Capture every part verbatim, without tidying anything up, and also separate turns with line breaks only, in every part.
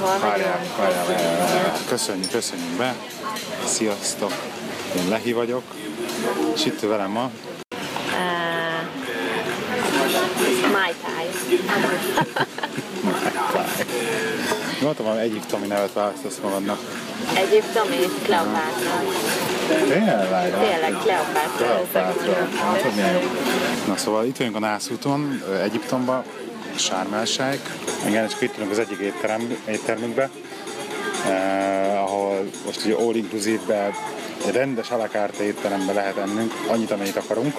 hol
Várjál, várjál, várjál. Köszönjük, köszönjük be. Sziasztok. Én Lehi vagyok. És itt velem ma...
Uh, Mai Tai.
Mai Tai. Mondtam, hogy egyiptomi nevet választasz magadnak.
Egyiptomi? Kleopátra.
Tényleg?
Tényleg, Kleopátra.
Kleopátra. Na szóval itt vagyunk a Nászúton, Egyiptomban, Sharm el-Sheikh. Igen, csak itt vagyunk az egyik étterem, éttermünkbe, eh, ahol most ugye all inclusive-ben egy rendes à la carte étteremben lehet ennünk, annyit, amennyit akarunk.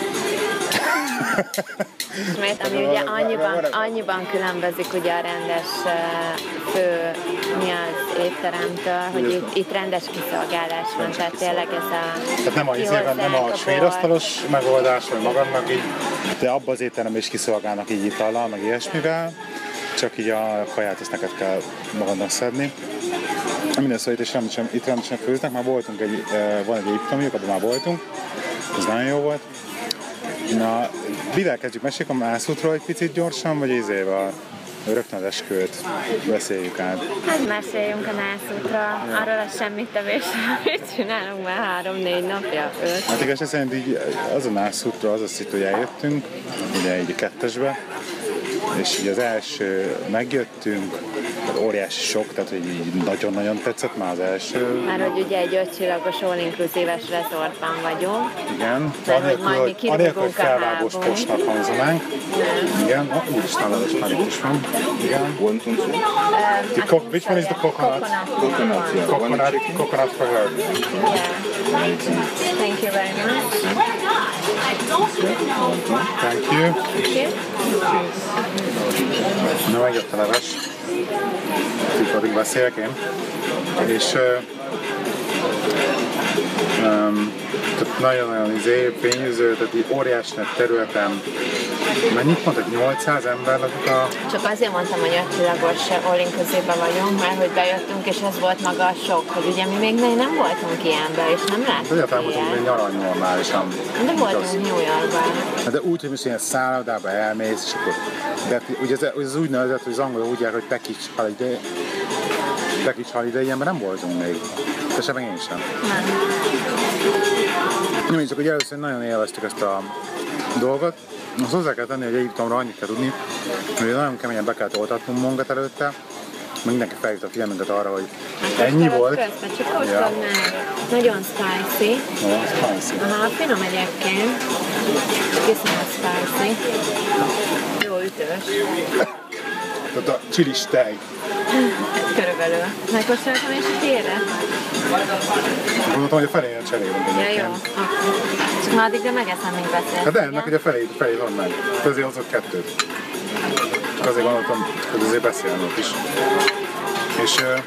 Mert ami ugye annyiban, annyiban különbözik ugye a rendes fő mi az étteremtől, hogy itt, itt rendes kiszolgálás van, tehát tényleg ez a
tehát nem a, izében, nem a svédasztalos megoldás, vagy magadnak így, de abban az étteremben is kiszolgálnak így itallal, meg ilyesmivel, csak így a kaját ezt neked kell magadnak szedni. Minden szóval itt, rendesen, itt rendesen főznek, már voltunk egy, van egy egyiptomiuk, abban már voltunk, ez nagyon jó volt. Na, mivel kezdjük? Meséljük a Nászútról egy picit gyorsan, vagy izével rögtön az esküvőt beszéljük át?
Hát meséljünk a Nászútra, arról a semmit tevésről, mit csinálunk már három-négy napja, öt.
Hát igaz, szerint így az a Nászútra az azt hitt, hogy eljöttünk, ugye így a kettesbe, és így az első megjöttünk, óriási sok, tehát hogy így nagyon-nagyon tetszett már az első.
Már hogy ugye egy ötcsillagos all-inclusive-es resortban vagyunk.
Igen.
Mert hogy majd mi kirúgunk a
felvágós postnak hangzanánk. Igen, oh, úgyis nálados már itt is van. Igen.
One, two, three.
The which one is the coconut?
Coconut,
yeah.
Coconut, coconut for her.
Yeah. Thank you very much.
Thank you.
Thank you.
Na, megjött a leves. Itt addig beszélek én. És uh, um, tehát nagyon-nagyon izé, fényűző, tehát így óriási nagy területen. Mennyit mondtad? nyolcszáz ember lakik a...
Csak azért mondtam, hogy ötcsillagos all-inclusive-ben vagyunk, mert hogy bejöttünk, és ez volt maga a sok, hogy ugye mi még nem voltunk ilyenben, és nem láttunk
egyáltalán voltunk még nyaralni normálisan.
De voltunk New Yorkban.
De úgy, hogy most ilyen szállodába elmész, és akkor... De ugye ez, ez úgy nevezett, hogy az angolul úgy jár, hogy package holiday. Package holiday, ilyenben nem voltunk még. De sem meg én sem.
Nem.
Nem, csak hogy először nagyon élveztük ezt a dolgot. Azt hozzá kell tenni, hogy Egyiptomra annyit kell tudni, hogy nagyon keményen be kellett oltatnunk magunkat előtte. Mindenki felhívta a figyelmünket arra, hogy hát ennyi volt.
Közben, csak kóstolj ja. Meg. Nagyon spicy.
Nagyon spicy.
Aha, finom egyébként. Iszonyat spicy. Jó ütős.
Tehát a csilis tej.
Körülbelül. Megkóstoltam és a tiédet?
Gondoltam, hogy a felénél cserélünk.
Ja, jó. Csak már addig de megeszem, mint beszélsz.
Hát de ennek, hogy a felét, a felét van meg. Azért hozok kettőt. Csak azért gondoltam, hogy azért beszélnünk is. És uh,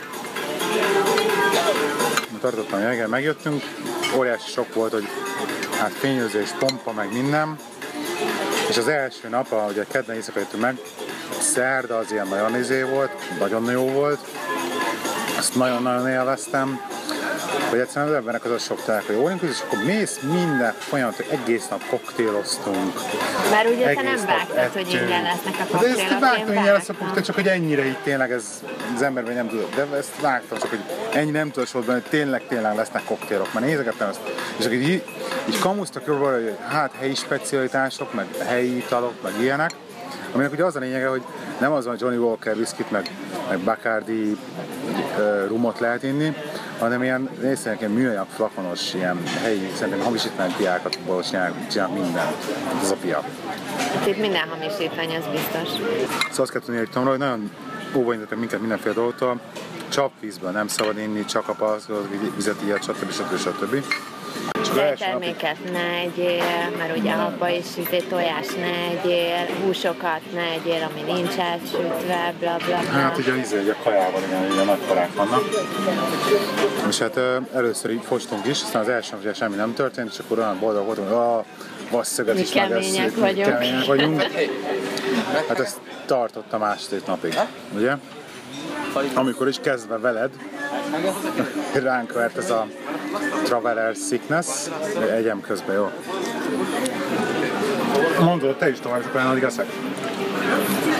tartottam, hogy igen, megjöttünk. Óriási sok volt, hogy hát fényőzés, pompa, meg minden. És az első nap, ahogy a kedden éjszaka jöttünk meg, szerda az ilyen nagyon izé volt, nagyon jó volt. Azt nagyon-nagyon élveztem. Hogy egyszerűen az embernek az a sok telek, hogy jó, és akkor mész minden folyamatot, egész nap koktéloztunk.
Mert ugye te nem vágtad, hogy ingyen lesznek a koktélok.
De ezt vágtam, ingyen lesz a koktél, csak hogy ennyire így tényleg ez az emberben nem tudod. De ezt vágtam, csak hogy ennyi nem tudod sorban, hogy tényleg-tényleg lesznek koktélok. Mert nézegettem ezt. És akkor így, így kamusztak jobban, hogy hát helyi specialitások, meg helyi italok, meg ilyenek. Aminek ugye az a lényege, hogy nem az van, hogy Johnny Walker viszkit, meg, meg Bacardi uh, rumot lehet inni, hanem ilyen részlenek ilyen műanyag flakonos, ilyen helyi, szerintem hamisítvány piákat csinálnak, csinálnak mindent. Ez a pia.
Itt minden hamisítvány, az biztos.
Szóval azt kell tudni, hogy Tomra, hogy nagyon óvaintetek minket mindenféle dolgoktól. Csapvízből nem szabad inni, csak a palackozott vizet, ilyet, stb. stb. stb.
Tejterméket ne egyél, mert ugye abba is izé, tojás ne egyél, húsokat ne egyél, ami nincs elsütve, bla bla bla.
Hát ugye izé, ugye a kajával, igen, ugye nagy kalák vannak. És hát először így fostunk is, aztán az első nap semmi nem történt, és akkor olyan boldog voltunk, hogy a vasszöget is
kemények vagyunk.
Kemények vagyunk. Hát ezt tartott a másfél napig, ugye? Amikor is kezdve veled, ránk vert ez a traveler sickness, egyem közben, jó? Mondod, te is tovább, és akkor addig eszek.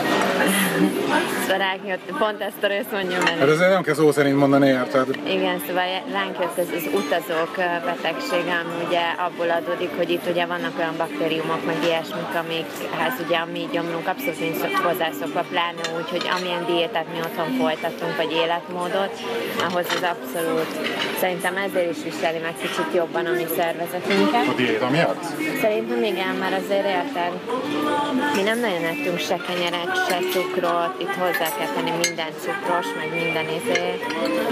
Szóval ránk jött, pont ezt a részt mondjam el.
Hát azért nem kell szó szerint mondani, érted?
Igen, szóval ránk jött az, az utazók betegsége, ami ugye abból adódik, hogy itt ugye vannak olyan baktériumok, meg ilyesmik, amikhez ugye a mi gyomrunk abszolút nincs hozzászokva, pláne úgy, hogy amilyen diétát mi otthon folytatunk, vagy életmódot, ahhoz az abszolút, szerintem ezért is viseli meg kicsit jobban a mi szervezetünket.
A diéta miatt?
Szerintem igen, mert azért érted, mi nem nagyon ettünk se kenyeret, se cukrot, itt hozzá kell tenni minden cukros, meg minden izé.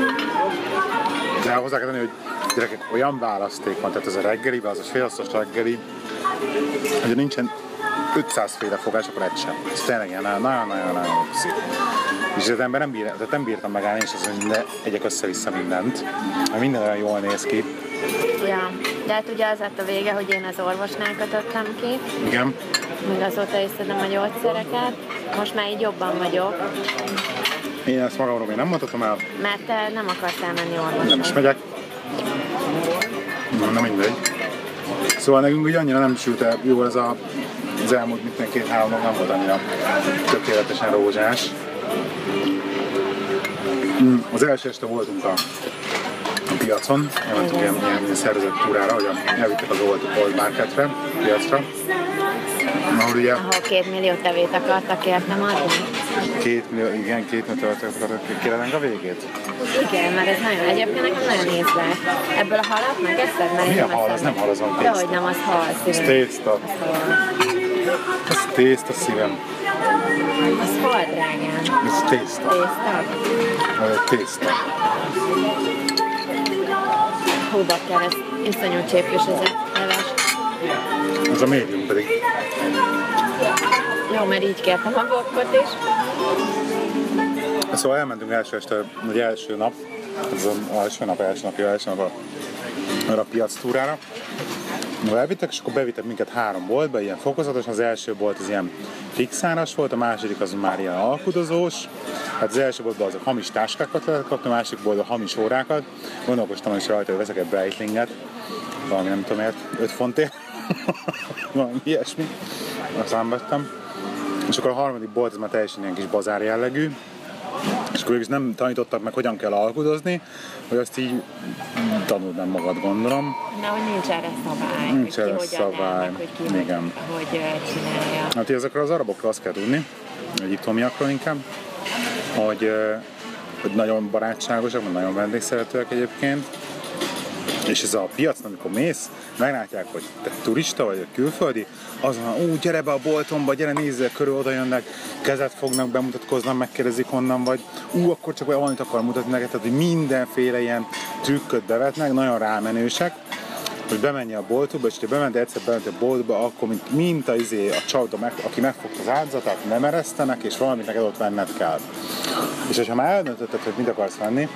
De hozzá kell tenni, hogy gyerekek, olyan választék van, tehát ez a reggeliben, az a félosztos reggeli, hogy nincsen ötszáz féle fogás, akkor egy sem. Ez tényleg ilyen nagyon-nagyon-nagyon szép. És az ember nem, bír, tehát nem bírtam megállni, és az, hogy ne egyek össze-vissza mindent, mert minden olyan jól néz ki.
Ja, de hát ugye az lett a vége, hogy én az orvosnál kötöttem ki.
Igen.
Még azóta is szedem a gyógyszereket. Most már így jobban vagyok.
Én ezt magamról még nem mondhatom el.
Mert te nem akarsz elmenni orvoshoz.
Nem is megyek. Na, na mindegy. Szóval nekünk ugye annyira nem sült el jól ez a, az elmúlt minden két-három nap nem volt annyira tökéletesen rózsás. Az első este voltunk a, a piacon, elmentünk ilyen, ilyen szervezett túrára, hogy elvittek az Old, Old Marketre, piacra. Ahol ugye...
Ahol két millió tevét akartak értem adni.
Két millió, igen, két millió tevét akartak, kérlenek a végét?
Igen, mert ez nagyon, egyébként nekem nagyon ízlek. Ebből a halat megeszed? Mert
mi a hal? Ez nem hal, az van tészta.
Dehogy nem, az hal szívem.
Ez tészta. Ez tészta szívem.
Az hal, drágám.
Ez tészta.
Tészta?
Ez tészta.
Hú, bakker, ez iszonyú csépkős ez a leves.
Ez a médium pedig.
Jó, mert így kértem a bokkot is.
Szóval elmentünk első este, vagy első nap, ez az első nap, első napja, első nap a, a piac túrára. Elvittek, és akkor bevittek minket három boltba, ilyen fokozatosan. Az első bolt az ilyen fixáras volt, a második az már ilyen alkudozós. Hát az első boltban azok hamis táskákat lehet kapni, a másik boltban hamis órákat. Gondolkoztam is rajta, hogy veszek egy Breitlinget, valami nem tudom miért, öt fontért, valami ilyesmi, aztán vettem. És akkor a harmadik bolt az már teljesen ilyen kis bazár jellegű, és akkor is nem tanítottak meg, hogyan kell alkudozni, hogy azt így tanuld meg magad, gondolom.
De hogy nincs erre szabály,
nincs
hogy
erre
ki
szabály.
hogyan hogy ki
igen.
hogy, hogy csinálja.
Hát ezekről az arabokról azt kell tudni, egyiptomiakról inkább, hogy, hogy nagyon barátságosak, nagyon vendégszeretőek egyébként, és ez a piacon, amikor mész, meglátják, hogy te turista vagy, vagy külföldi, azon, ú, gyere be a boltomba, gyere nézzél körül, oda jönnek, kezet fognak, bemutatkoznak, megkérdezik honnan vagy, ú, akkor csak valamit akar mutatni neked, tehát, hogy mindenféle ilyen trükköt bevetnek, nagyon rámenősek, hogy bemenj a boltba, és ha bement egyszer bement a boltba, akkor mint, mint a, izé, a csapda, meg, aki megfogta az áldozatát, nem eresztenek, és valamit neked ott venned kell. És ha már eldöntötted, hogy mit akarsz venni,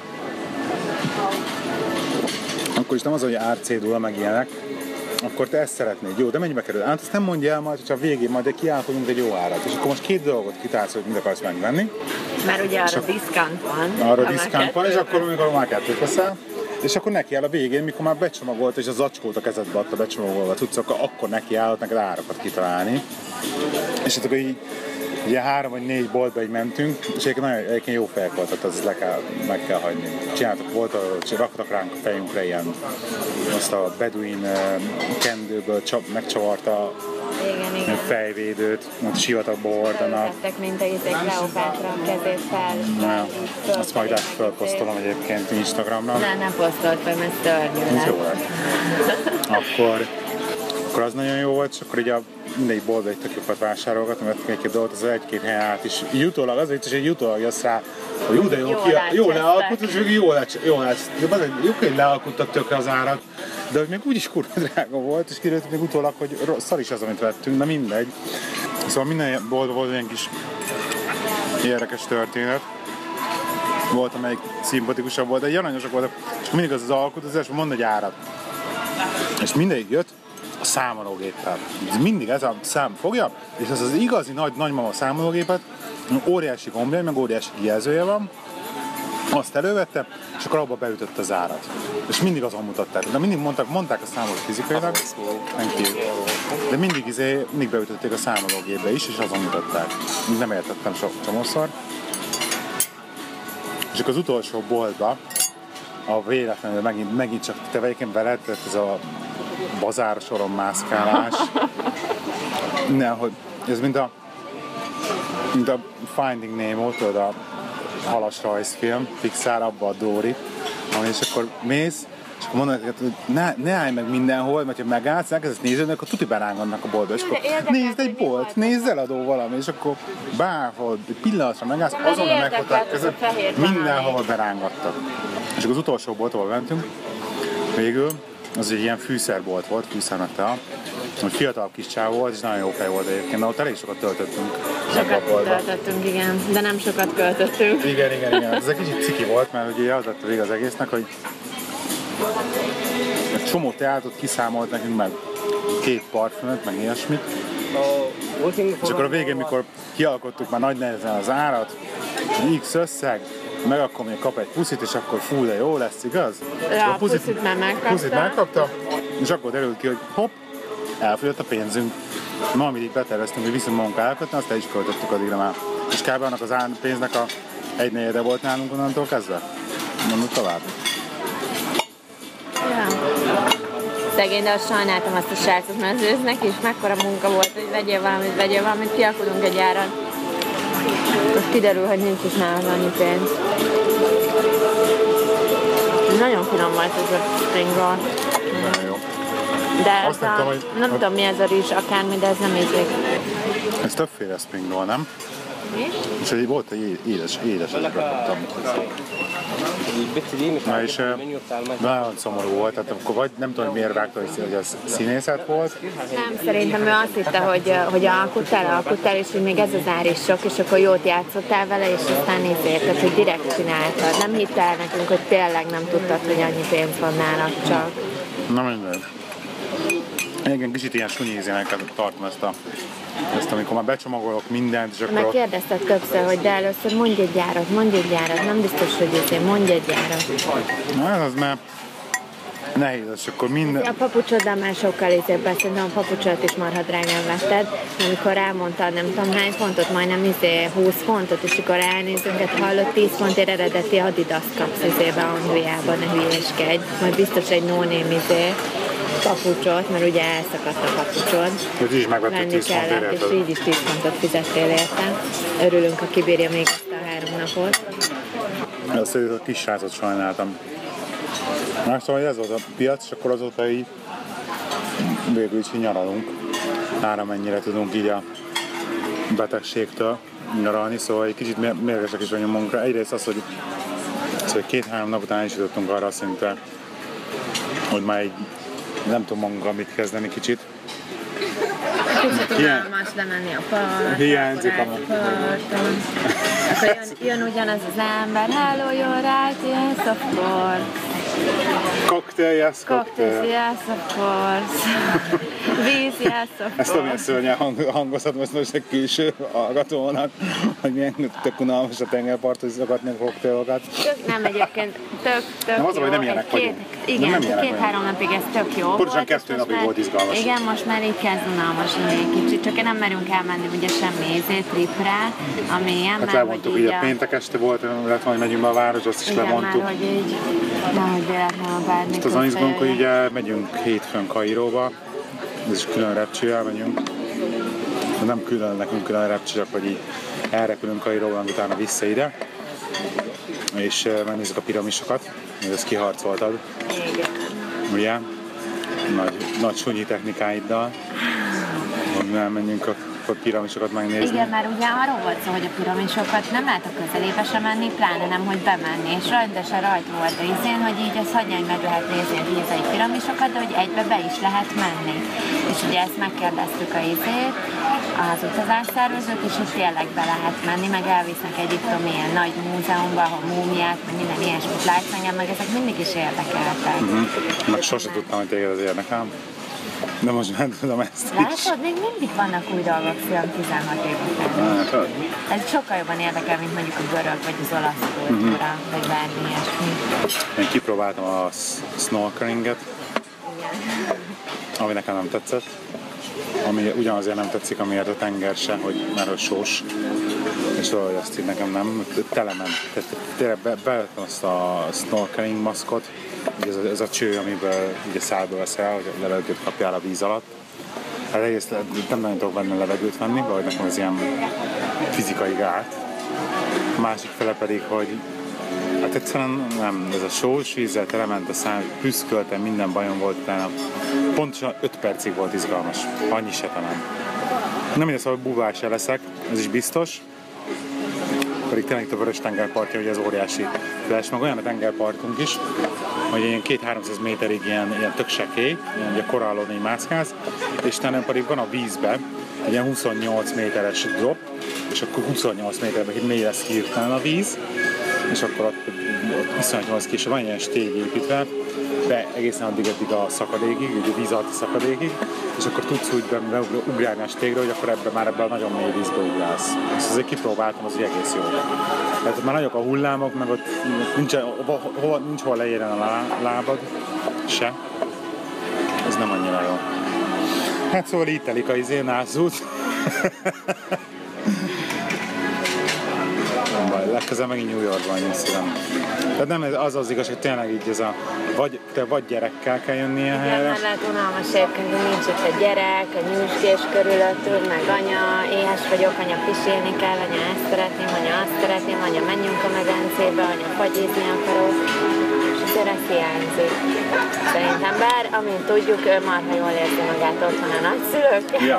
akkor is nem az, hogy árcédula meg ilyenek, akkor te ezt szeretnéd. Jó, de mennyibe kerül? Hát ezt nem mondja el majd, hogyha a végén majd kiállkodunk egy jó árat. És akkor most két dolgot kitálsz, hogy mit akarsz megvenni.
Mert ugye arra diszkant van.
Arra diszkant van, és akkor amikor már kettőt veszel, és akkor neki áll a végén, mikor már becsomagolt, és a zacskót a kezedbe adta becsomagolva tudsz, akkor, akkor neki állott neked árakat kitalálni. És akkor így ugye három vagy négy boltba így mentünk, és egyébként nagyon egyébként jó fejek volt, tehát azt le kell, meg kell hagyni. Csináltak, volt, hogy raktak ránk a fejünkre ilyen, azt a beduin kendőből csap, megcsavarta
igen, igen.
fejvédőt, ott sivatagba hordanak.
Tettek, mint a izék Kleopátra kezét fel.
Na, azt majd át felposztolom egyébként Instagramra.
Nem, nem posztolt fel, mert szörnyű
lesz. Jó lett. akkor, akkor az nagyon jó volt, és akkor így a mindegyik boltba egy tök jókat vásárolgattam, mert egy-két dolgot az egy-két helyen át is. Így utólag, az vicces, hogy utólag jössz rá, hogy jó, de jó, jó, jó lealkut, és még jól jó, hogy lealkuttak tökre az árat, de hogy még úgyis kurva drága volt, és kiderült még utólag, hogy szar is az, amit vettünk, de mindegy. Szóval minden boltban volt olyan kis érdekes történet. Volt, amelyik szimpatikusabb volt, de egy aranyosak voltak, és mindig az az alkotozás, mond egy árat. És mindig jött a számológéppel. Mindig ez a szám fogja, és az az igazi nagy nagymama számológépet, óriási gombjai, meg óriási kijelzője van, Azt elővette, és akkor abba beütött az árat. És mindig azon mutatták. De mindig mondták, mondták a számolót fizikailag, de mindig, izé, mindig beütötték a számológépbe is, és azon mutatták. Nem értettem so, csomószor. És akkor az utolsó boltba, a véletlenül megint, megint csak te egyébként veled, ez a bazár soron mászkálás. Nehogy, ez mint a, mint a Finding Nemo, tudod, a halas rajzfilm, Pixar, abba a Dory, ahol és akkor mész, és akkor mondod, hogy ne, ne állj meg mindenhol, mert ha megállsz, elkezdesz nézni, akkor tuti berángadnak a boltba, és akkor nézd egy bolt, nézd eladó valami, és akkor bárhol, egy pillanatra megállsz, azonnal megfogták között, mindenhol berángattak. És akkor az utolsó bolt, ahol mentünk, végül, az egy ilyen fűszerbolt volt, fűszermegtel, hogy fiatal kis csáv volt, és nagyon jó fej volt egyébként, de ott elég sokat töltöttünk.
Sokat töltöttünk, igen, de nem sokat költöttünk.
Igen, igen, igen. Ez egy kicsit ciki volt, mert ugye az lett a vége az egésznek, hogy egy csomó teátot kiszámolt nekünk, meg két parfümöt, meg ilyesmit. És akkor a végén, mikor kialkottuk már nagy nehezen az árat, X összeg, meg akkor még kap egy puszit, és akkor fú, de jó lesz, igaz?
Ja, a puszit, puszit már megkapta.
Puszit megkapta, és akkor derült ki, hogy hopp, elfogyott a pénzünk. Ma, amit így beterveztünk, hogy viszont magunk elkötni, azt el is költöttük addigra már. És kb. Annak az pénznek a egy negyede volt nálunk onnantól kezdve. Mondjuk tovább.
Ja. Szegény, de azt sajnáltam azt a srácot, mert az ősznek is mekkora munka volt, hogy vegyél valamit, vegyél valamit, kialkodunk egy árat. Most kiderül, hogy nincs is nálam annyi pénz. Nagyon finom volt ez a spring roll.
Nagyon jó.
De ez
nem,
a,
tudom, hogy,
nem tudom mi ez a rizs, akármi, de ez nem ízlik.
Ez többféle spring roll, nem?
Mi?
És egy volt egy édes, édes, amit kaptam. Na és nagyon szomorú volt, tehát akkor vagy nem tudom, miért vágta, hogy ez színészet volt.
Nem, szerintem ő azt hitte, hogy, hogy alkuttál, alkuttál, és hogy még ez az ár is sok, és akkor jót játszottál vele, és aztán nézzél, tehát hogy direkt csináltad. Nem hitte el nekünk, hogy tényleg nem tudtad, hogy annyi pénz van nálad csak.
Na minden. Igen, kicsit ilyen sunyi ízének tartom ezt a ezt, amikor már becsomagolok mindent, és akkor...
Meg kérdezted többször, hogy de először mondj egy gyárat, mondj egy gyárat, nem biztos, hogy ezért mondj egy gyárat.
Na ez az, mert nehéz, és akkor minden...
A papucsoddal már sokkal izébb szerintem a papucsot is marha drágán vetted, amikor elmondtad nem tudom hány fontot, majdnem izé húsz fontot, és akkor elnézünk, hát hallott tíz fontért eredeti Adidas kapsz izébe Angliában, ne hülyéskedj, majd biztos egy no-name izé papucsot, mert ugye elszakadt a papucsod.
Hogy is megvetted tíz fontért.
És így is tíz fontot fizettél érte. Örülünk, ha kibírja még ezt a három napot.
Azt a kis srácot sajnáltam. Már szóval ez volt a piac, és akkor azóta így végül is nyaralunk. Ára mennyire tudunk így a betegségtől nyaralni, szóval egy kicsit mérgesek is vagyunk magunkra. Egyrészt az, hogy, az, hogy két-három nap után is jutottunk arra szinte, hogy már egy nem tudom magunkkal mit kezdeni kicsit.
Kicsit unalmas lemenni a parton,
hiányzik a
parton. Akkor jön, jön ugyanaz az ember, hello, you're right, yes, of course.
Cocktail, yes, cocktail.
Cocktail, yes, of course. Víz, yes, of course.
Ezt olyan szörnyen hang, hangozhatom, ezt most egy külső hallgatónak, hogy milyen tök unalmas a tengerparton, hogy szokatni a cocktailokat.
Tök, nem egyébként, tök, tök
nem az,
jó.
hogy nem ilyenek vagyunk.
Igen, két-három napig ez tök jó.
Pontosan kettő napig
már,
volt izgalmas.
Igen, most már így kezd unalmasulni egy kicsit, csak nem merünk elmenni ugye semmi izé, tripre, ami ilyen,
hát
mert
levontuk,
hogy így
a péntek este volt, lett hogy megyünk be a városba, azt is
igen,
levontuk.
Igen, hogy így, nehogy véletlenül bármikor.
Most az a izgunk, hogy ugye megyünk hétfőn Kairóba, ez is külön repcsővel megyünk. Nem külön, nekünk külön repcső, csak hogy így elrepülünk Kairóban, utána vissza ide. És megnézzük a piramisokat, hogy ezt kiharcoltad.
Igen.
Ugye? Nagy, nagy sunyi technikáiddal. Hogy elmenjünk a a piramisokat megnézni.
Igen, mert ugye arról volt szó, hogy a piramisokat nem lehet a közelébe sem menni, pláne nem, hogy bemenni. És rendesen rajta volt a izén, hogy így ezt hagyján meg lehet nézni a gízai piramisokat, de hogy egybe be is lehet menni. És ugye ezt megkérdeztük a izét, az utazásszervezőt, és hogy tényleg be lehet menni, meg elvisznek egy itt tudom, ilyen nagy múzeumban, ahol múmiák, meg minden ilyesmit látsz engem, meg ezek mindig is érdekeltek.
Uh-huh. Meg sose tudtam, hogy téged az érdekel. De most már tudom ezt is.
Látod, még mindig vannak új dolgok film tizenhat év után.
Látod?
Ez sokkal jobban érdekel, mint mondjuk a görög vagy az olasz kultúra, uh-huh. vagy bármi ilyesmi.
Én kipróbáltam a snorkelinget,
Igen.
ami nekem nem tetszett. Ami ugyanazért nem tetszik, amiért a tenger se, hogy már a sós. És valahogy azt így nekem nem, telement. Tehát tényleg be, bevettem azt a snorkeling maszkot, ez a, ez a cső, amiből ugye szádba veszel, hogy a levegőt kapjál a víz alatt. Hát egész nem nagyon tudok benne levegőt venni, vagy nekem ez ilyen fizikai gát. A másik fele pedig, hogy hát egyszerűen nem, ez a sós vízzel telement a szám, püszköltem, minden bajom volt utána. Pontosan öt percig volt izgalmas, annyi se talán. Nem mindegy, szóval búvár se leszek, ez is biztos. Pedig tényleg a Vörös-tengerpartja, ugye az óriási flash, meg olyan a tengerpartunk is, hogy ilyen két-háromszáz méterig ilyen, ilyen tök sekély, ilyen ugye korallon így mászkálsz, és utána pedig van a vízbe egy ilyen huszonnyolc méteres drop, és akkor huszonnyolc méterben így mély lesz hirtelen a víz, és akkor ott, ott iszonyat ki, és van ilyen stég építve, be egészen addig, addig a szakadékig, ugye a víz alatti szakadékig, és akkor tudsz úgy beugrálni a stégre, hogy akkor ebben már ebben a nagyon mély vízbe ugrálsz. Ezt azért kipróbáltam, az egész jó. Tehát ott már nagyok a hullámok, meg ott nincs hova, nincs hova leérjen a lá, lábad, se. Ez nem annyira jó. Hát szóval így telik a izé, nászút. Legközelebb megint New Yorkban nyuszilem. Tehát nem az az igaz, hogy tényleg így ez a, vagy, te vagy gyerekkel kell jönni ilyen helyre.
Igen, lehet unalmas egyébként, hogy nincs itt a gyerek, a nyüzsgés körülöttünk, meg anya, éhes vagyok, anya pisilni kell, anya ezt szeretném, anya azt szeretném, anya menjünk a medencébe, anya fagyizni akarok, és azért ez hiányzik. Szerintem bár, amint tudjuk, ő marha jól érzi magát otthon a nagyszülők.
Ja.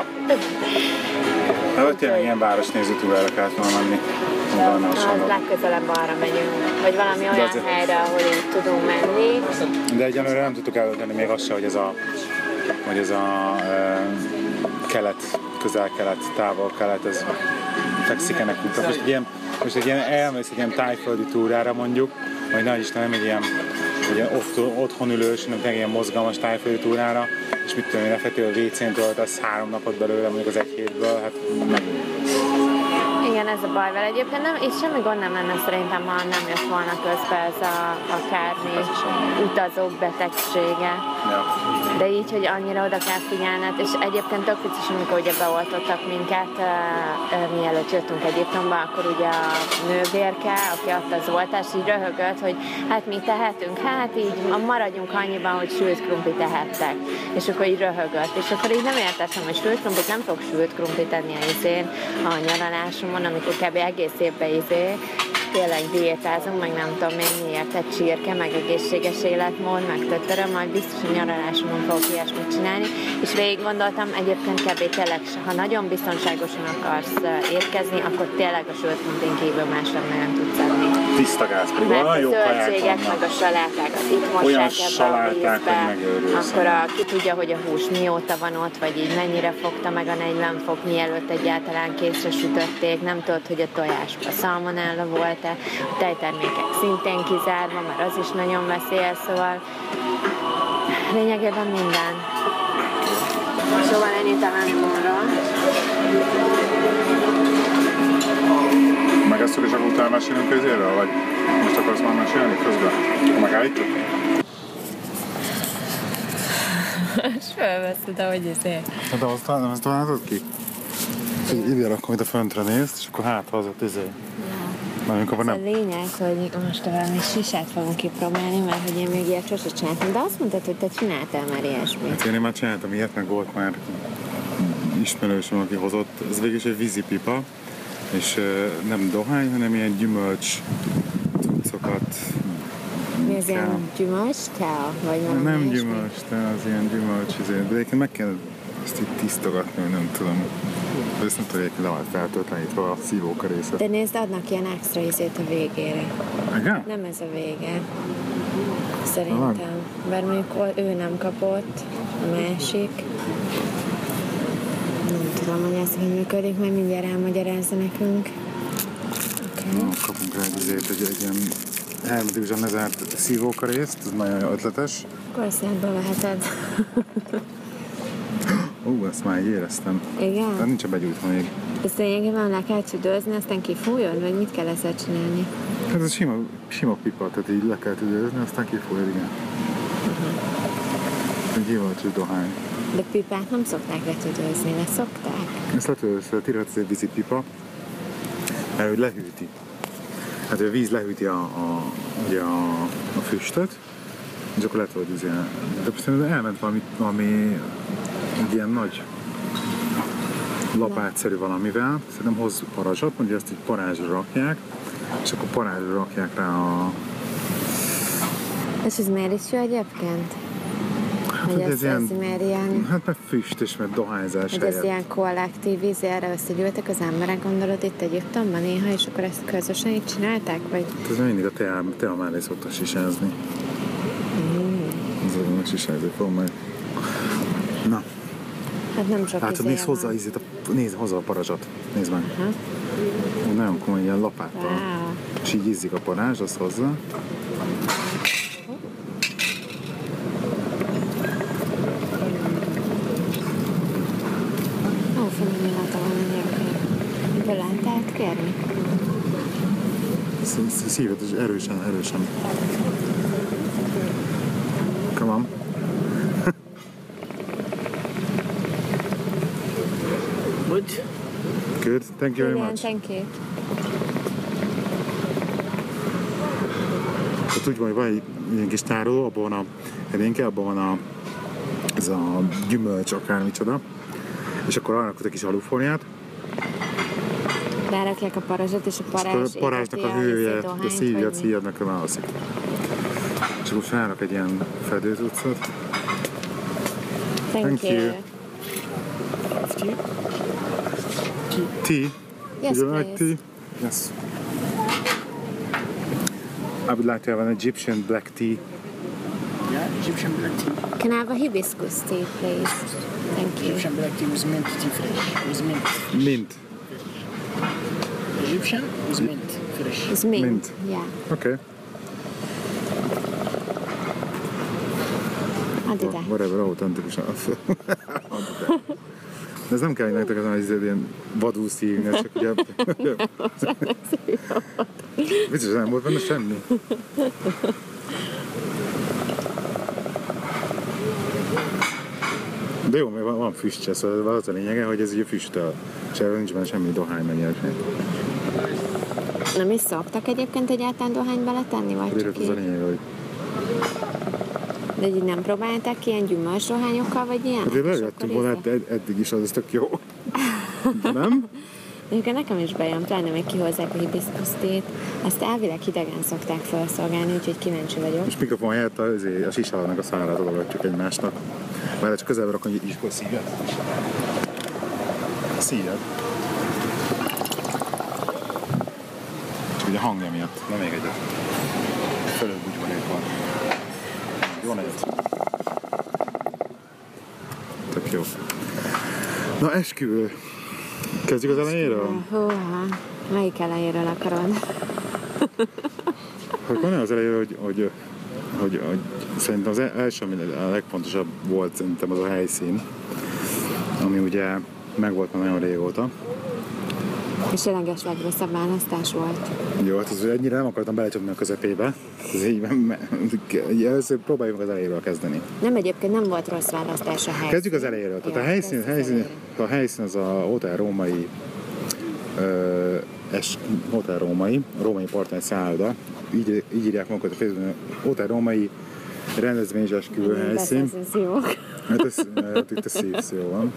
Hát tényleg ilyen városnéző túrára kellett volna menni.
Az legközelebb arra megyünk, vagy valami olyan azért... helyre, ahol így tudunk menni.
De egyenlőre nem tudtuk eldönteni még azt se, hogy ez a, hogy ez a e, kelet, közel-kelet, távol-kelet, ez fekszik ennek úgy. Most egy ilyen, most egy ilyen elmész egy ilyen tájföldi túrára mondjuk, vagy nagy Isten nem egy ilyen, egy ilyen otthon ülős, nem egy ilyen mozgalmas tájföldi túrára, és mit tudom én, lefető a vé cén töltesz három napot belőle, mondjuk az egy hétből, hát megint.
Igen, ez a baj vele. Egyébként nem, és semmi gond nem lenne szerintem, ha nem jött volna közben ez a akármi utazók betegsége. Ja. De így, hogy annyira oda kell figyelned, és egyébként tök vicces, amikor ugye beoltottak minket, uh, uh, mielőtt jöttünk Egyiptomba, akkor ugye a nővérke, aki adta az oltást, így röhögött, hogy hát mi tehetünk, hát így maradjunk annyiban, hogy sült krumplit tehettek. És akkor így röhögött. És akkor így nem értettem, hogy sült krumplit nem fog sült krumplit tenni a izén, a nyaralásomon, amikor kb. Egész évben izé, tényleg diétázunk, meg nem tudom még miért, egy csirke, meg egészséges életmód, meg tötöröm, majd biztos, hogy nyaralásomon fogok ilyesmit csinálni, és végig gondoltam, egyébként kb. Tényleg, ha nagyon biztonságosan akarsz érkezni, akkor tényleg a sült krumplin kívül más nem tudsz adni.
Tiszta gáz, pedig olyan jó kaják vannak.
Meg a salátákat itt mossák ebbe a vízbe, akkor a, ki tudja, hogy a hús mióta van ott, vagy így mennyire fogta meg a negyven fok, mielőtt egyáltalán készre sütötték, nem tudod, hogy a tojásban szalmonella volt-e, a tejtermékek szintén kizárva, mert az is nagyon veszélyes, szóval lényegében minden. Szóval ennyit a Vancouverról.
Megesszük és akkor utána mesélünk közéről, vagy most akarsz már mesélni közben? Megállítod?
És fölveszed, ahogy ezért.
De azt nem ezt találtad ki? Ide rakom, amit a föntre nézd, és akkor hát az ott izé.
Ez nem. A lényeg, hogy most valami sisát fogunk kipróbálni, mert hogy én még ilyet sose csináltam, de azt mondtad, hogy te csináltál már ilyesmit.
Hát én már csináltam ilyet, meg volt már ismerősöm, aki hozott. Ez végül is egy vízipipa, és nem dohány, hanem ilyen gyümölcs cuccokat.
Mi az ilyen gyümölcs tea? Vagy valami
nem gyümölcs tea, az ilyen gyümölcs, de egyébként meg kell ezt így tisztogatni, nem tudom. De ezt nem tudom, hogy le van feltöltlenítve a szívók a részet.
De nézd, adnak ilyen extra ízét a végére.
Igen?
Nem ez a vége. Szerintem. Bár mondjuk ő nem kapott, a másik. Nem tudom, hogy ez hogy működik, majd mindjárt elmagyarázza nekünk. Okay.
Na, kapunk rá egy izét, egy, egy ilyen hermetikusan lezárt szívókarészt, ez nagyon ötletes.
Akkor ezt ebből veheted.
Ú, ezt már így éreztem.
Igen?
De nincs begyújtva még.
Ezt lényegében le kell tüdőzni, aztán kifújod, vagy mit kell ezzel csinálni?
Hát ez sima, sima pipa, tehát így le kell tüdőzni, aztán kifújod, igen. Egy gyümölcsös dohány.
De pipát nem szokták letüdőzni, le szokták?
Ezt letüdőzhet, írhatsz egy vízippipa, mert hogy lehűti. Hát a víz lehűti a, a, ugye a, a füstöt, és akkor le tudod üzélni. De szerintem elment valami, valami egy ilyen nagy lapátszerű valamivel, szerintem hoz parazsat, mondja ezt egy parázsra rakják, és akkor parázsra rakják rá a...
És ez miért is jó egyébként?
Hát,
hogy ez,
ez ilyen,
ez miért ilyen...
Hát mert füst és mert dohányzás
hogy
helyett.
ez ilyen kollektív íz, erre összegyűltek az emberek, gondolod itt Egyiptomban néha, és akkor ezt közösen így csinálták, vagy?
Ez mindig a tea, tea mellé szoktak sisázni. Mm. Ez a sisázni fogom majd. Na.
Hát nem sok
hát, nézd hozzá, ízét, nézd hozzá a parazsat. Nézd meg.
Aha.
Nagyon komoly, ilyen lapáttal.
Wow.
És így ízzik a parázs, azt hozzá.
Ó, finom illata van egyébként. Ebből lehet kérni?
Szíved, és erősen, erősen. Come on.
Good.
Good, thank you very
Igen,
much.
thank you.
Tehát úgy van, hogy van egy ilyen kis tároló, abban van a edénke, abban van a, ez a gyümölcs, akármicsoda. És akkor arra rakod egy kis alufóliát.
Rárakják a parazsot, és a parázs
a parázsnak a hője, de szívjad, szívjadnak a válaszik. És akkor felrak egy ilyen fedőtucot.
Thank,
Thank you.
you.
Tea?
Tea?
Yes,
Would you like
please.
tea? Yes. I would like to have an Egyptian black tea.
Yeah, Egyptian black tea.
Can I have a hibiscus tea, please? Thank you.
Egyptian black tea with mint tea fresh. With mint.
Mint.
Egyptian with mint fresh.
It's mint.
Mint.
Yeah.
Okay.
Add ide.
Whatever, autentikusan. De ez nem kell, hogy nektek az az ilyen vadul szívni, ez csak ugye... Biztos, nem volt benne semmi. De jó, mert van, van füstje, szóval az a lényege, hogy ez ugye füstöl. És erről nincs benne semmi dohány, meg ilyesmi.
Nem is szoktak egyébként egyáltalán dohányt beletenni, vagy
Ezért
csak
az a
így?
lényege, hogy...
De így nem próbálták ki ilyen gyümölcsdohányokkal, vagy ilyen?
Azért legettünk volna, hát ed- eddig is az, ez tök jó. De nem?
Egyébként nekem is bejön, pláne még kihozzák a hibiscus tét. Azt elvileg hidegen szokták felszolgálni, úgyhogy kíváncsi vagyok.
És mikrofon helyett a, a sisának a szárát adogatjuk egymásnak. Várj, csak közelbe rakom, hogy iskor szíved. Szíved. Csak ugye a hangja miatt, nem még egyet. Fölöbb úgy van egy van. Jó nagyot. Tök jó. Na, esküvő. Kezdjük az elejéről?
Húha, melyik elejéről akarod?
Akkor ne az elejéről, hogy, hogy, hogy, hogy szerintem az első, ami a legfontosabb volt szerintem az a helyszín, ami ugye megvolt már nagyon régóta.
És a leges legrosszabb választás volt.
Jó, hát az, ennyire nem akartam belecsapni a közepébe. Ez így, először próbáljuk az elejéről kezdeni.
Nem, egyébként nem volt rossz választás a helyszín.
Kezdjük az elejéről. Tehát a helyszín, helyszín, a helyszín az a Hotel Római, ö, es, Hotel Római, a római parton egy szálloda. Így, így írják magukat a Facebookon, Hotel Római rendezvény és esküvő helyszín. Hát ez, hát itt a szívsz, jó van.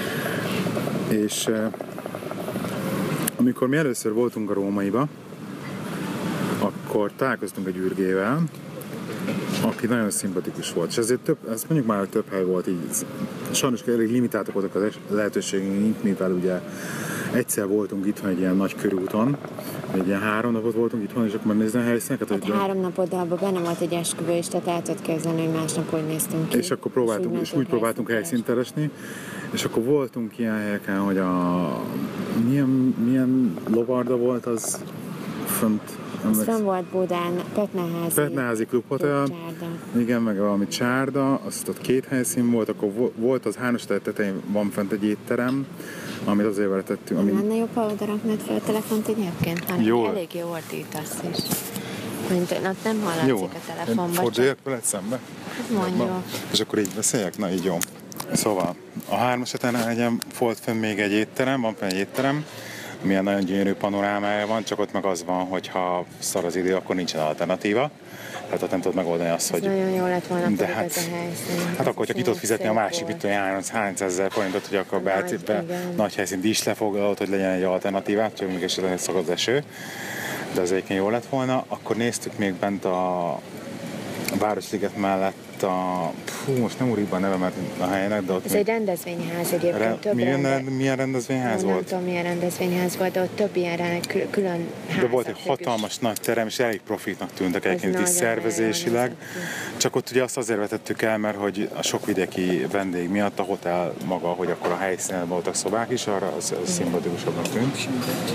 És amikor mi először voltunk a Rómaiba, akkor találkoztunk egy ürgével, aki nagyon szimpatikus volt. És ezért több, ezt mondjuk már, hogy több hely volt így. Sajnos elég limitáltak voltak az lehetőségeink, mivel ugye egyszer voltunk itthon egy ilyen nagy körúton, egy ilyen három napot voltunk itthon, és akkor megnézni a helyszíneket.
Hát
hogy
három napot, de abban benne volt egy esküvő is, tehát el tudod képzelni, hogy másnap hogy néztünk ki.
És akkor próbáltunk, és, és úgy próbáltunk helyszínt keresni, és akkor voltunk ilyen helyeken, hogy a milyen, milyen lovarda volt az fönt...
Ez fenn volt Budán, Petneházi.
Petneházi klubhotel. Igen, meg valami csárda, azt ott két helyszín volt, akkor volt az hármas tetején van fent egy étterem, amit azért veretettünk.
Ami... Lenne jobb, ha oda raknád fel a telefont egyébként?
Jó.
Elég jó ordítasz is. Mint, ott nem hallatszik
jó.
A telefonban. Jó,
forduljak veled szembe?
Mondjuk.
És akkor így beszéljek? Na így jó. Szóval a hármas eteljen volt fenn még egy étterem, van fenn egy étterem, milyen nagyon gyönyörű panorámája van, csak ott meg az van, hogy ha szar az idő, akkor nincsen alternatíva. Hát ott nem tudod megoldani azt,
ez
hogy...
nagyon jó lett volna,
de hát,
ez a helyszín.
Hát akkor, hogyha ki tudod fizetni a másik, mit tudom, háromszázezer forintot, hogy akkor be, be nagy helyszínt is lefoglalod, hogy legyen egy alternatívát, csak még esetleg egy szakad az eső. De az egyébként jó lett volna. Akkor néztük még bent a Városliget mellett a... Fú, most nem úrik be a neve, mert a helynek, de ott...
Ez
még...
egy rendezvényház egyébként.
Re...
Több
milyen,
rende...
milyen rendezvényház
nem,
volt?
Nem tudom, milyen rendezvényház volt, de ott több ilyen külön házak.
De volt egy hatalmas is. Nagy terem, és elég profitnak tűntek egyébként is szervezésileg. Csak ott ugye azt azért vetettük el, mert hogy a sokvidéki vendég miatt a hotel maga, hogy akkor a helyszínen voltak szobák is, arra az, az szimpatikusabbnak tűnt.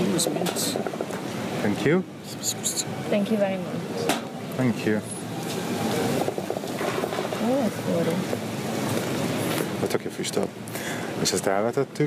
Thank you.
Thank you very much.
Thank you.
Ó, forró.
A tök jó füstöl. És ezt elvetettük.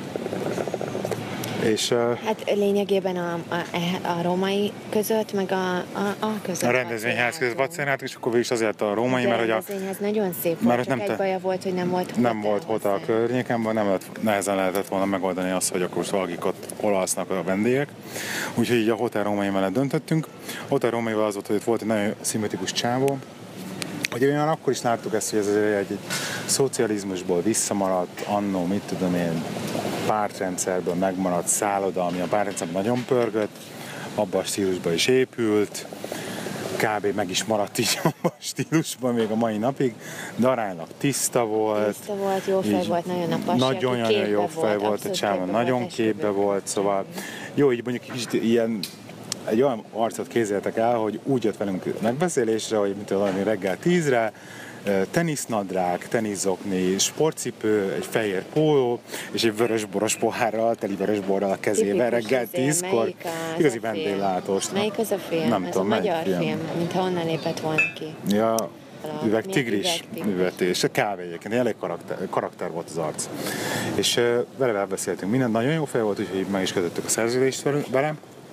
És, uh,
hát lényegében a, a, a római között, meg a, a, a között.
A rendezvényház között vacérát, és akkor is azért a római,
de
mert hogy a...
rendezvényház nagyon szép volt, csak
nem
egy
te...
baja volt, hogy nem volt
Nem volt hotel a környéken, nem lehet, nehezen lehetett volna megoldani azt, hogy akkor most valakik ott hol alsznak a vendégek. Úgyhogy így a Hotel Római mellett döntöttünk. A Hotel Rómaival az volt, hogy volt egy nagyon szimpatikus csávó. Ugye olyan akkor is láttuk ezt, hogy ez egy, egy, egy szocializmusból visszamaradt, annó, mit tudom én, pártrendszerből megmaradt szálloda, ami a pártrendszerben nagyon pörgött, abban a stílusban is épült, kb. Meg is maradt így a stílusban még a mai napig, de aránylag tiszta volt.
Tiszta volt, jó fej volt, nagyon a pasi,
nagyon-nagyon jó fej volt, a csávó nagyon képbe volt, szóval jó, így mondjuk kicsit ilyen egy olyan arcot képzeljetek el, hogy úgy jött velünk megbeszélésre, hogy mint valami reggel tízre, tenisznadrág, teniszokni, sportcipő, egy fehér póló, és egy vörösboros pohárral, teli vörösborral a kezével reggel tízkor. Igazi vendéglátós.
Melyik az a film?
Nem
ez
tudom,
a magyar
film,
film, mintha onnan lépett volna ki.
Ja, üvegtigris, üvegtigris, a kávé egyébként, elég karakter, karakter volt az arc. És uh, vele elbeszéltünk mindent, nagyon jó fej volt, úgyhogy meg is kötöttük a szerződést vele.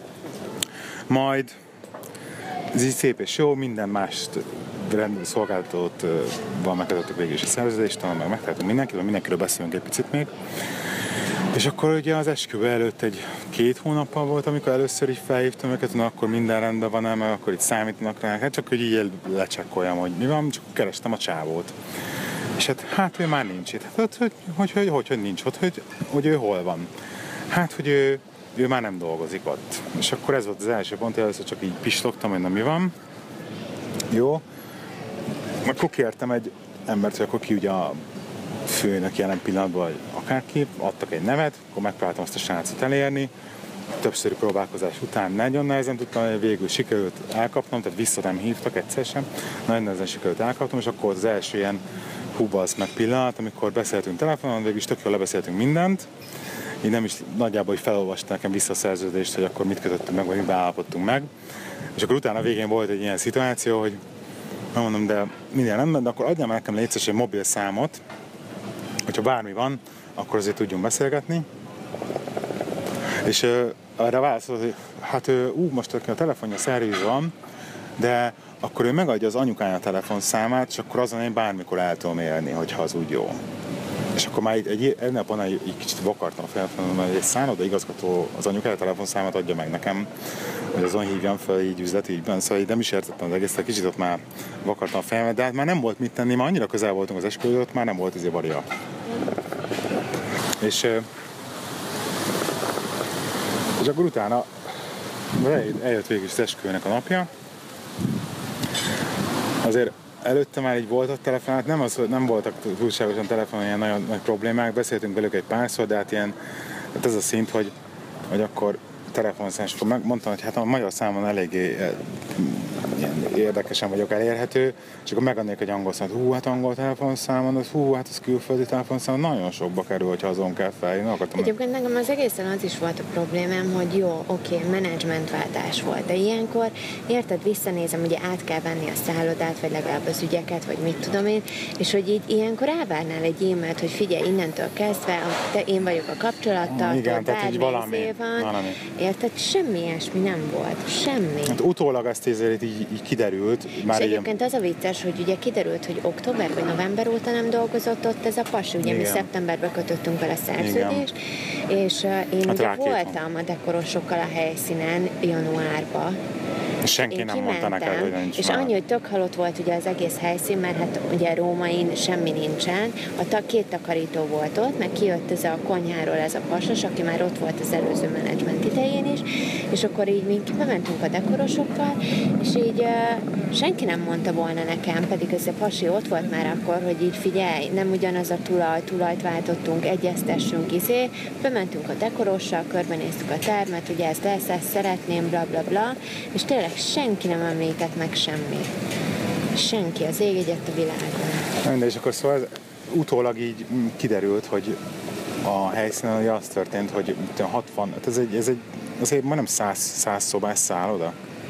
Majd ez így szép és jó, minden más szolgáltatót van megkötöttük végül is a szerződést, talán meg megtehetünk mindenkiről, mindenkiről beszélünk egy picit még. És akkor ugye az esküvő előtt egy két hónappal volt, amikor először is felhívtam őket, na akkor minden rendben van, mert akkor itt számítanak rá, hát csak hogy így lecsekkoljam, hogy mi van, csak kerestem a csávót. És hát, hát ő már nincs itt. Hát, hogy, hogy, hogy, hogy, hogy nincs ott, hogy, hogy ő hol van. Hát, hogy ő ő már nem dolgozik ott. És akkor ez volt az első pont, először csak így pislogtam, hogy na mi van. Jó. Akkor kértem egy embert, hogy akkor ki ugye a főnök jelen pillanatban, vagy akárki, adtak egy nevet, akkor megpróbáltam azt a srácot elérni. Többszörű próbálkozás után nagyon nehezen tudtam, végül sikerült elkapnom, tehát vissza nem hívtak egyszer sem. Nagyon nehezen sikerült elkapnom, és akkor az első ilyen húbalsz meg pillanat, amikor beszéltünk telefonon, végül is tök jól lebeszéltünk mindent. Így nem is nagyjából, hogy felolvasta nekem vissza a szerződést, hogy akkor mit kötöttünk meg, vagy miben állapodtunk meg. És akkor utána a végén volt egy ilyen szituáció, hogy nem mondom, de minden rendben, de akkor adjam nekem létszés egy mobil számot, hogyha bármi van, akkor azért tudjunk beszélgetni. És uh, arra válaszolt, hogy hát ú, most a telefonja szerviz van, de akkor ő megadja az anyukája a telefonszámát, és akkor azon én bármikor el tudom élni, hogyha az úgy jó. És akkor már egy, egy, egy napon egy, egy kicsit vakartam a telefonon, mert egy szálloda igazgató az anyukája telefonszámát adja meg nekem, hogy azon hívjam fel így üzleti ügyben, szóval így nem is értettem az egészet, kicsit ott már vakartam a fejemet, de hát már nem volt mit tenni, már annyira közel voltunk az esküvőhöz, ott már nem volt izé varia. És, és akkor utána eljött végül is az esküvőnek a napja. Azért előtte már így volt a telefon, hát nem, az, nem voltak túlságosan telefonon ilyen nagyon nagy problémák, beszéltünk velük egy párszor, de hát ilyen, hát ez a szint, hogy, hogy akkor telefonszám, és akkor mondtam, hogy hát a magyar számon eléggé ilyen érdekesen vagyok elérhető, és akkor megadnék egy angol számot, hú, hát angol telefonszámon, hú, hát az külföldi telefonszámon nagyon sokba kerül, hogyha azon kell felhívni. Akartam
Egyébként nekem az egészen az is volt a problémám, hogy jó, oké, okay, menedzsmentváltás volt, de ilyenkor, érted, visszanézem, ugye át kell venni a szállodát, vagy legalább az ügyeket, vagy mit tudom én, és hogy így ilyenkor elvárnál egy e-mailt, hogy figyelj, innentől kezdve, te, én vagyok a kapcsolattartó,
igen, tehát így valami,
izé van,
valami.
Érted, semmi ilyesmi nem volt, semmi.
Hát utólag ezt így, így, így kiderült. Már
és egyébként
ilyen...
az a vicces, hogy ugye kiderült, hogy október vagy november óta nem dolgozott ott ez a pasi, ugye igen. Mi szeptemberben kötöttünk vele szerződést, igen. És uh, én hát ugye voltam a dekorosokkal a helyszínen januárban.
Senki
én
nem
kimentem,
mondta neked, hogy nincs
és
már.
annyi, hogy tök halott volt ugye az egész helyszín, mert hát ugye Rómain semmi nincsen. A ta- két takarító volt ott, meg kijött ez a konyháról ez a pasas, aki már ott volt az előző menedzsment idején is, és akkor így mi bementünk a dekorosokkal, és így uh, senki nem mondta volna nekem, pedig ez a pasi ott volt már akkor, hogy így figyelj, nem ugyanaz a tulaj, tulajt váltottunk, egyeztessünk, izé, bementünk a dekorossal, körbenéztük a termet, ugye ezt lesz, ezt szeretném, bla bla bla, és tényleg senki nem említett meg semmi. Senki, az ég egyet a világon.
De és akkor szóval ez utólag így kiderült, hogy a helyszínen ugye az történt, hogy hatvan, hát ez egy, ez egy azért majdnem száz, száz szobás szálloda.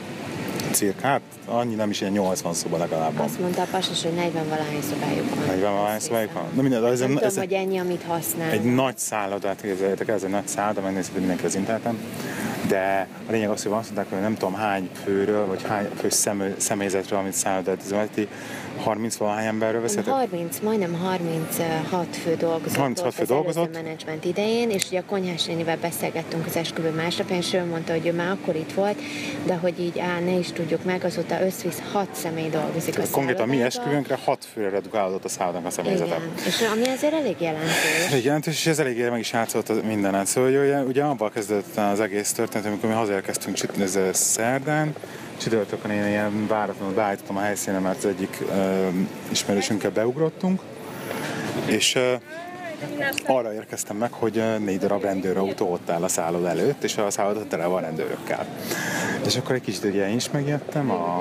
Cirka, hát annyi nem is, ilyen nyolcvan szoba legalább.
Azt mondta a pasas, hogy negyven-valahány szobájuk van.
negyven-valahány szobájuk van? Na minden, ez
nem
ez
tudom,
ez
hogy ennyi, amit használ.
Egy nagy szállodát, képzeljétek el, ez egy nagy szálloda, megnézzük mindenki az interneten. De a lényeg az, hogy azt mondták, hogy nem tudom hány főről, vagy hány fő személy, személyzetről, amit szállodát üzemeti, harminc-valahány emberről beszéltek?
harminc, majdnem harminchat fő dolgozott
harminchat fő dolgozott.
A menedzsment idején, és ugye a konyhás nénivel beszélgettünk az esküvő másnapján, és ő mondta, hogy ő már akkor itt volt, de hogy így á, ne is tudjuk meg, azóta összvisz hat személy dolgozik a
konkrétan mi esküvőnkre hat főre redukálódott a szállodának a személyzete.
Igen, és ami azért elég jelentős.
Elég jelentős, és ez elég meg is játszott mindenen. Szóval ugye, ugye abban kezdődött az egész történet, amikor mi hazaérkeztünk szerdán, csütörtökön én ilyen váratlanul beállítottam a helyszínen, mert az egyik uh, ismerősünkkel beugrottunk, és uh, arra érkeztem meg, hogy uh, négy darab rendőrautó ott áll a szálloda előtt, és a szálloda tele van rendőrökkel. És akkor egy kicsit ugye én is megjöttem, a,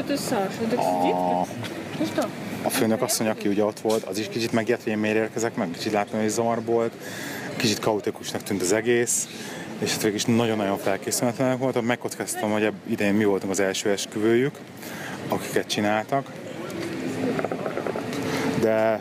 a, a főnök asszony, aki ugye ott volt, az is kicsit megijedt, hogy én miért érkezek meg, kicsit láttam, hogy zavar volt, kicsit kaotikusnak tűnt az egész, és hát végig is nagyon-nagyon felkészületlenek voltak. Megkockáztam, hogy idén mi voltunk az első esküvőjük, akiket csináltak. De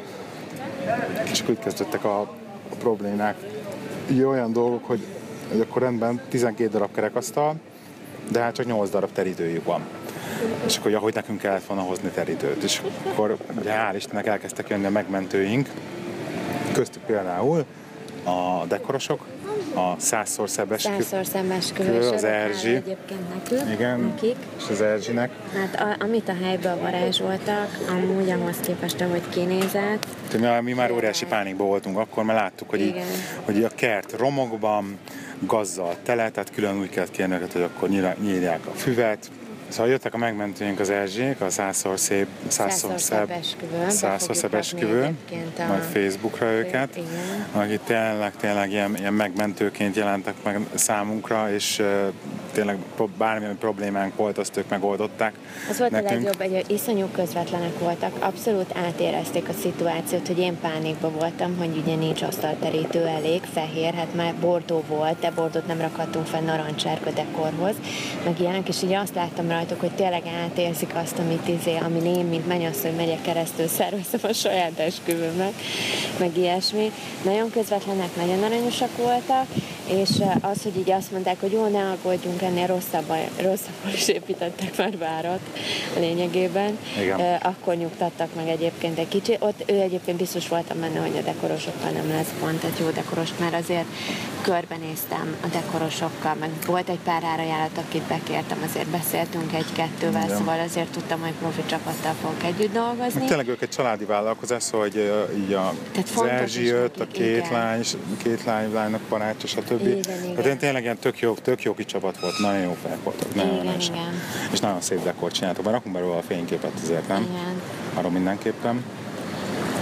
csak úgy kezdődtek a, a problémák. Így olyan dolgok, hogy, hogy akkor rendben tizenkét darab kerekasztal, de hát csak nyolc darab terítőjük van. És akkor ahogy nekünk kellett volna hozni terítőt. És akkor ugye hál' Istennek elkezdtek jönni a megmentőink, köztük például a dekorosok, a százszor szebb esküvő,
százszor szebb esküvő,
az Erzsi, igen,
nekik.
És az Erzsinek.
Hát a, amit a helyből varázsoltak, amúgy ahhoz képest, ahogy kinézett.
Mi, mi már óriási pánikban voltunk akkor, mert láttuk, hogy, így, hogy a kert romokban, gazzal tele, tehát külön úgy kellett kérni őket, hogy akkor nyírják a füvet. Szóval jöttek a megmentőink az Erzsék, a százszor szép, százszor szebb esküvő, százszor szebb esküvő, majd Facebookra őket, akik tényleg, tényleg ilyen, ilyen megmentőként jelentek meg számunkra, és uh, tényleg bármilyen problémánk volt, azt ők megoldották.
Az volt
nekünk.
A legjobb, hogy iszonyú közvetlenek voltak, abszolút átérezték a szituációt, hogy én pánikban voltam, hogy ugye nincs asztalterítő elég, fehér, hát már bordó volt, de bordót nem rakhattunk fel narancsárga dekorhoz, meg ilyenek, és ugye azt láttam rajtuk, hogy tényleg átérzik azt, amit izé, amin én, mint mennyasszony megyek keresztül, szervezem a saját esküvőmet, meg ilyesmi. Nagyon közvetlenek, nagyon aranyosak voltak, és az, hogy így azt mondták, hogy jó, ne aggódjunk, ennél rosszabban, rosszabbul is építettek már várat a lényegében. Igen. Akkor nyugtattak meg egyébként egy kicsi. Ott ő egyébként biztos voltam benne, hogy a dekorosokkal nem lesz pont, tehát jó dekorost, mert azért körbenéztem a dekorosokkal, meg volt egy pár árajánlat, akit bekértem, azért beszéltünk egy-kettővel, igen. Szóval azért tudtam, hogy profi csapattal fogok együtt dolgozni.
Meg tényleg ők egy családi vállalkozás, szóval hogy így a, az Erzsi jött, a két lány, két lány, lánynak barátja, stb. Tehát én tényleg ilyen tök jó, tök jó kis csapat volt, nagyon jó fejek voltak, nagyon igen, igen. És nagyon szép dekort csináltak, bár rakunk belőle a fényképet azért, nem?
Igen.
Arról mindenképpen.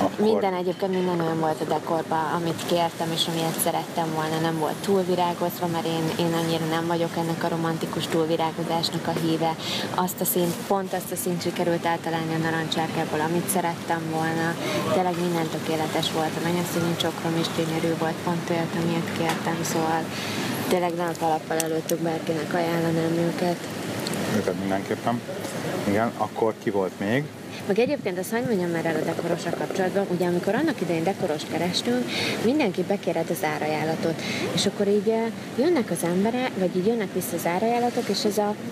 Akkor...
Minden egyébként minden olyan volt a dekorban, amit kértem és amilyet szerettem volna, nem volt túlvirágozva, mert én, én annyira nem vagyok ennek a romantikus túlvirágozásnak a híve. Azt a szint, pont azt a szint sikerült eltalálni a narancsárkából, amit szerettem volna. Tényleg minden tökéletes volt, a mennyasszonyi csokrom is gyönyörű volt, pont olyat, amilyet kértem, szóval tényleg nagy kalappal előttük, bárkinek ajánlanám őket.
Őket mindenképpen. Igen, akkor ki volt még?
Meg egyébként azt hadd mondjam már el a dekorossal kapcsolatban, ugye amikor annak idején dekorost kerestünk, mindenki bekérhet az árajánlatot, és akkor így jönnek az emberek, vagy így jönnek vissza az árajánlatok, és ez a...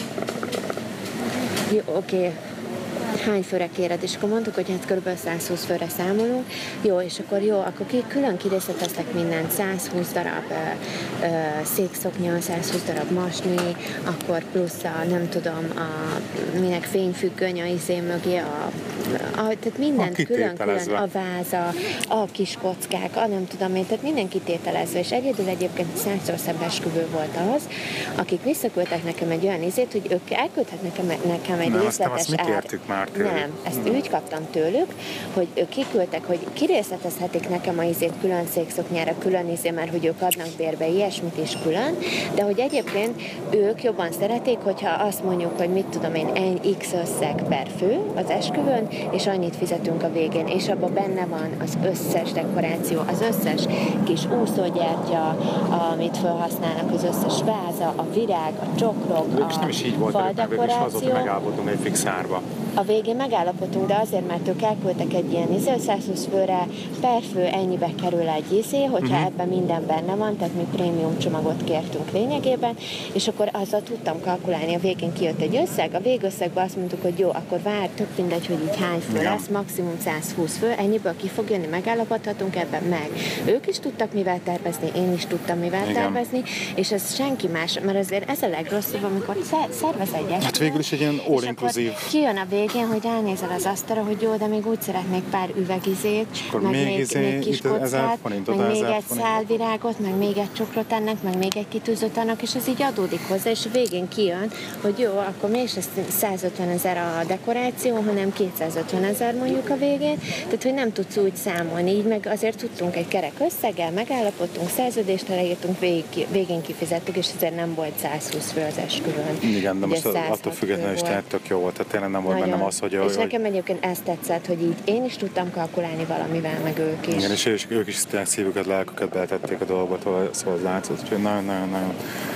Jó, oké, okay. Hány főre kéred, és akkor mondtuk, hogy hát kb. százhúsz főre számolunk. Jó, és akkor jó, akkor ki, külön kirészleteztek mindent, százhúsz darab ö, ö, székszoknya, százhúsz darab masni, akkor plusz a, nem tudom, a minek fényfüggöny a izé mögé, a, a, tehát mindent külön-külön, a váza, a kis kockák, a nem tudom én, tehát minden kitételezve, és egyedül egyébként százszor szebb esküvő volt az, akik visszaküldtek nekem egy olyan izét, hogy ők elküldhet nekem, nekem egy
nem,
részletes
azt kértük már tőlük.
Nem, ezt úgy kaptam tőlük, hogy ők kiküldtek, hogy kirészletezhetik nekem a izét külön székszoknyára, külön izé, mert hogy ők adnak bérbe ilyesmit is külön, de hogy egyébként ők jobban szeretik, hogyha azt mondjuk, hogy mit tudom én, egy X összeg per fő az esküvőn, és annyit fizetünk a végén, és abban benne van az összes dekoráció, az összes kis úszógyertya, amit felhasználnak, az összes váza, a virág, a csokrok,
a nem is így volt,
faldekoráció.
Megállapodtunk egy fix árba.
A végén megállapodtunk, de azért, mert ők elküldtek egy ilyen izé, százhúsz főre per fő ennyibe kerül egy izé, hogyha uh-huh. ebben minden benne van, tehát mi prémium csomagot kértünk lényegében, és akkor azzal tudtam kalkulálni, a végén kijött egy összeg, a végösszegben azt mondtuk, hogy jó, akkor vár, tök mindegy, hogy így hány fő lesz, maximum százhúsz fő, ennyiből ki fog jönni, megállapodhatunk ebben meg. Ők is tudtak mivel tervezni, én is tudtam mivel Igen. tervezni, és ez senki más, mert azért ez a legrosszabb, amikor szervez egy esküvőt.
Hát végül is egy ilyen all-inclusive.
Kijön a végén, hogy ránézel az asztalra, hogy jó, de még úgy szeretnék pár üvegizét, meg még, még, még kis kockát, meg még egy szálvirágot, meg még egy csokrot ennek, meg még egy kitűzőt annak, és ez így adódik hozzá, és a végén kijön, hogy jó, akkor mégis százötven ezer a dekoráció, hanem kétszázötven ezer mondjuk a végén, tehát hogy nem tudsz úgy számolni, így meg azért tudtunk egy kerek összeggel, megállapodtunk, szerződést leírtunk, végig, végén kifizettük, és ezért nem volt százhúsz fő az esküvőn.
Igen, de most attól függetlenül is tök jó volt, tehát tényleg nem volt bennem az, hogy...
És
hogy...
nekem egyébként ezt tetszett, hogy így én is tudtam kalkulálni valamivel, meg ők is.
Igen, és, és ők is szívüket, lelküket beletették a dolgokba, szóval az látszott, hogy nagyon-nagyon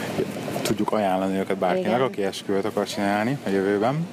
tudjuk ajánlani őket bárkinek, Igen. aki esküvőt akar csinálni a jövőben.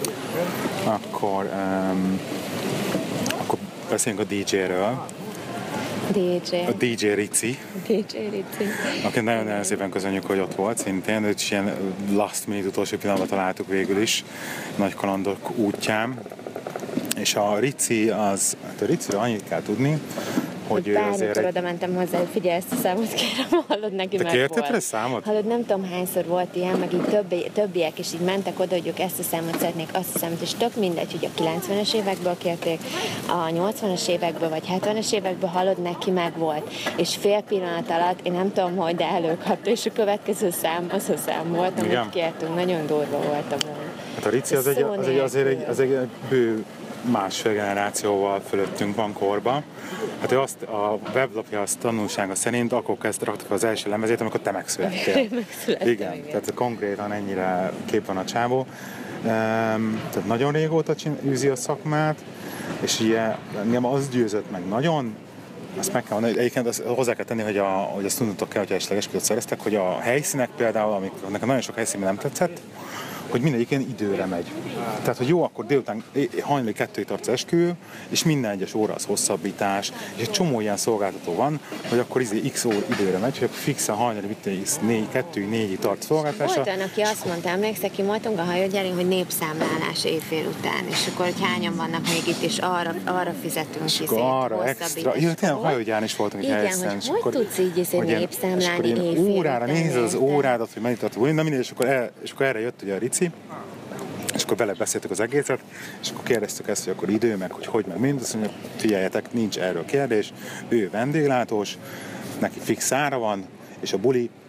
Akkor, um, akkor beszéljünk a dé dzséről.
dé dzsé.
A dé dzsé Rici.
dé dzsé Rici.
Aki nagyon-nagyon szépen köszönjük, hogy ott volt szintén. Őt is ilyen last minute utolsó pillanatban találtuk végül is. Nagy kalandok útján. És a Rici az, hát a Riciről annyit kell tudni, hogy ő azért...
Bármikor oda mentem hozzá, hogy figyelj, ezt a számot kérem, hallod, neki
Te
meg
kérted
volt.
Te számot?
Hallod, nem tudom hányszor volt ilyen, meg így többi, többiek is így mentek oda, hogy ők ezt a számot szeretnék, azt a számot, és tök mindegy, hogy a kilencvenes évekből kérték, a nyolcvanas évekből, vagy hetvenes évekből, hallod, neki meg volt. És fél pillanat alatt, én nem tudom, hogy de előkapta, és a következő szám az a szám volt, amit Igen. kértünk. Nagyon durva volt a múl.
Hát a Rici az, egy, az, egy, azért egy, az egy bő másfél generációval fölöttünk van korba. Hát ő azt, a weblapja az tanulsága szerint akkor kezdte raktak az első lemezét, amikor te megszülettél.
Igen,
igen, igen, tehát konkrétan ennyire kép van a csávó. Um, tehát nagyon régóta űzi a szakmát, és ilyen, engem az győzött meg nagyon, azt meg kell mondani, egyébként azt hozzá kell tenni, hogy, a, hogy azt tudnotok kell, hogyha esetleg esküvőt szereztek, hogy a helyszínek például, amik nekem nagyon sok helyszínben nem tetszett, hogy mindegyik ilyen időre megy. Tehát, hogy jó, akkor délután hajnali kettőig tartsz esküvő, és minden egyes óra az hosszabbítás, és egy csomó ilyen szolgáltató van, hogy akkor izé x óra időre megy, hogy akkor fixen hajnali négy, kettőig, négyig tart szolgáltása.
Volt olyan, aki azt mondta, emlékszek, ki voltunk a hajógyárin, hogy népszámlálás éjfél után, és akkor, hogy hányan vannak még itt, és arra, arra fizetünk
és akkor arra extra. Ja, tényleg a hajógyárin is voltunk egy helyszínen.
Igen, hogy hogy tudsz így izé népszámlálni éjfél
órára nézed az órádat, hogy mennyit tart, na mindegy, és akkor, el, és akkor erre jött ugye a Rici, és akkor vele beszéltük az egészet, és akkor kérdeztük ezt, hogy akkor idő, meg hogy hogy, meg mind, azt mondja, figyeljetek, nincs erről kérdés, ő vendéglátós, neki fix ára van, és a buli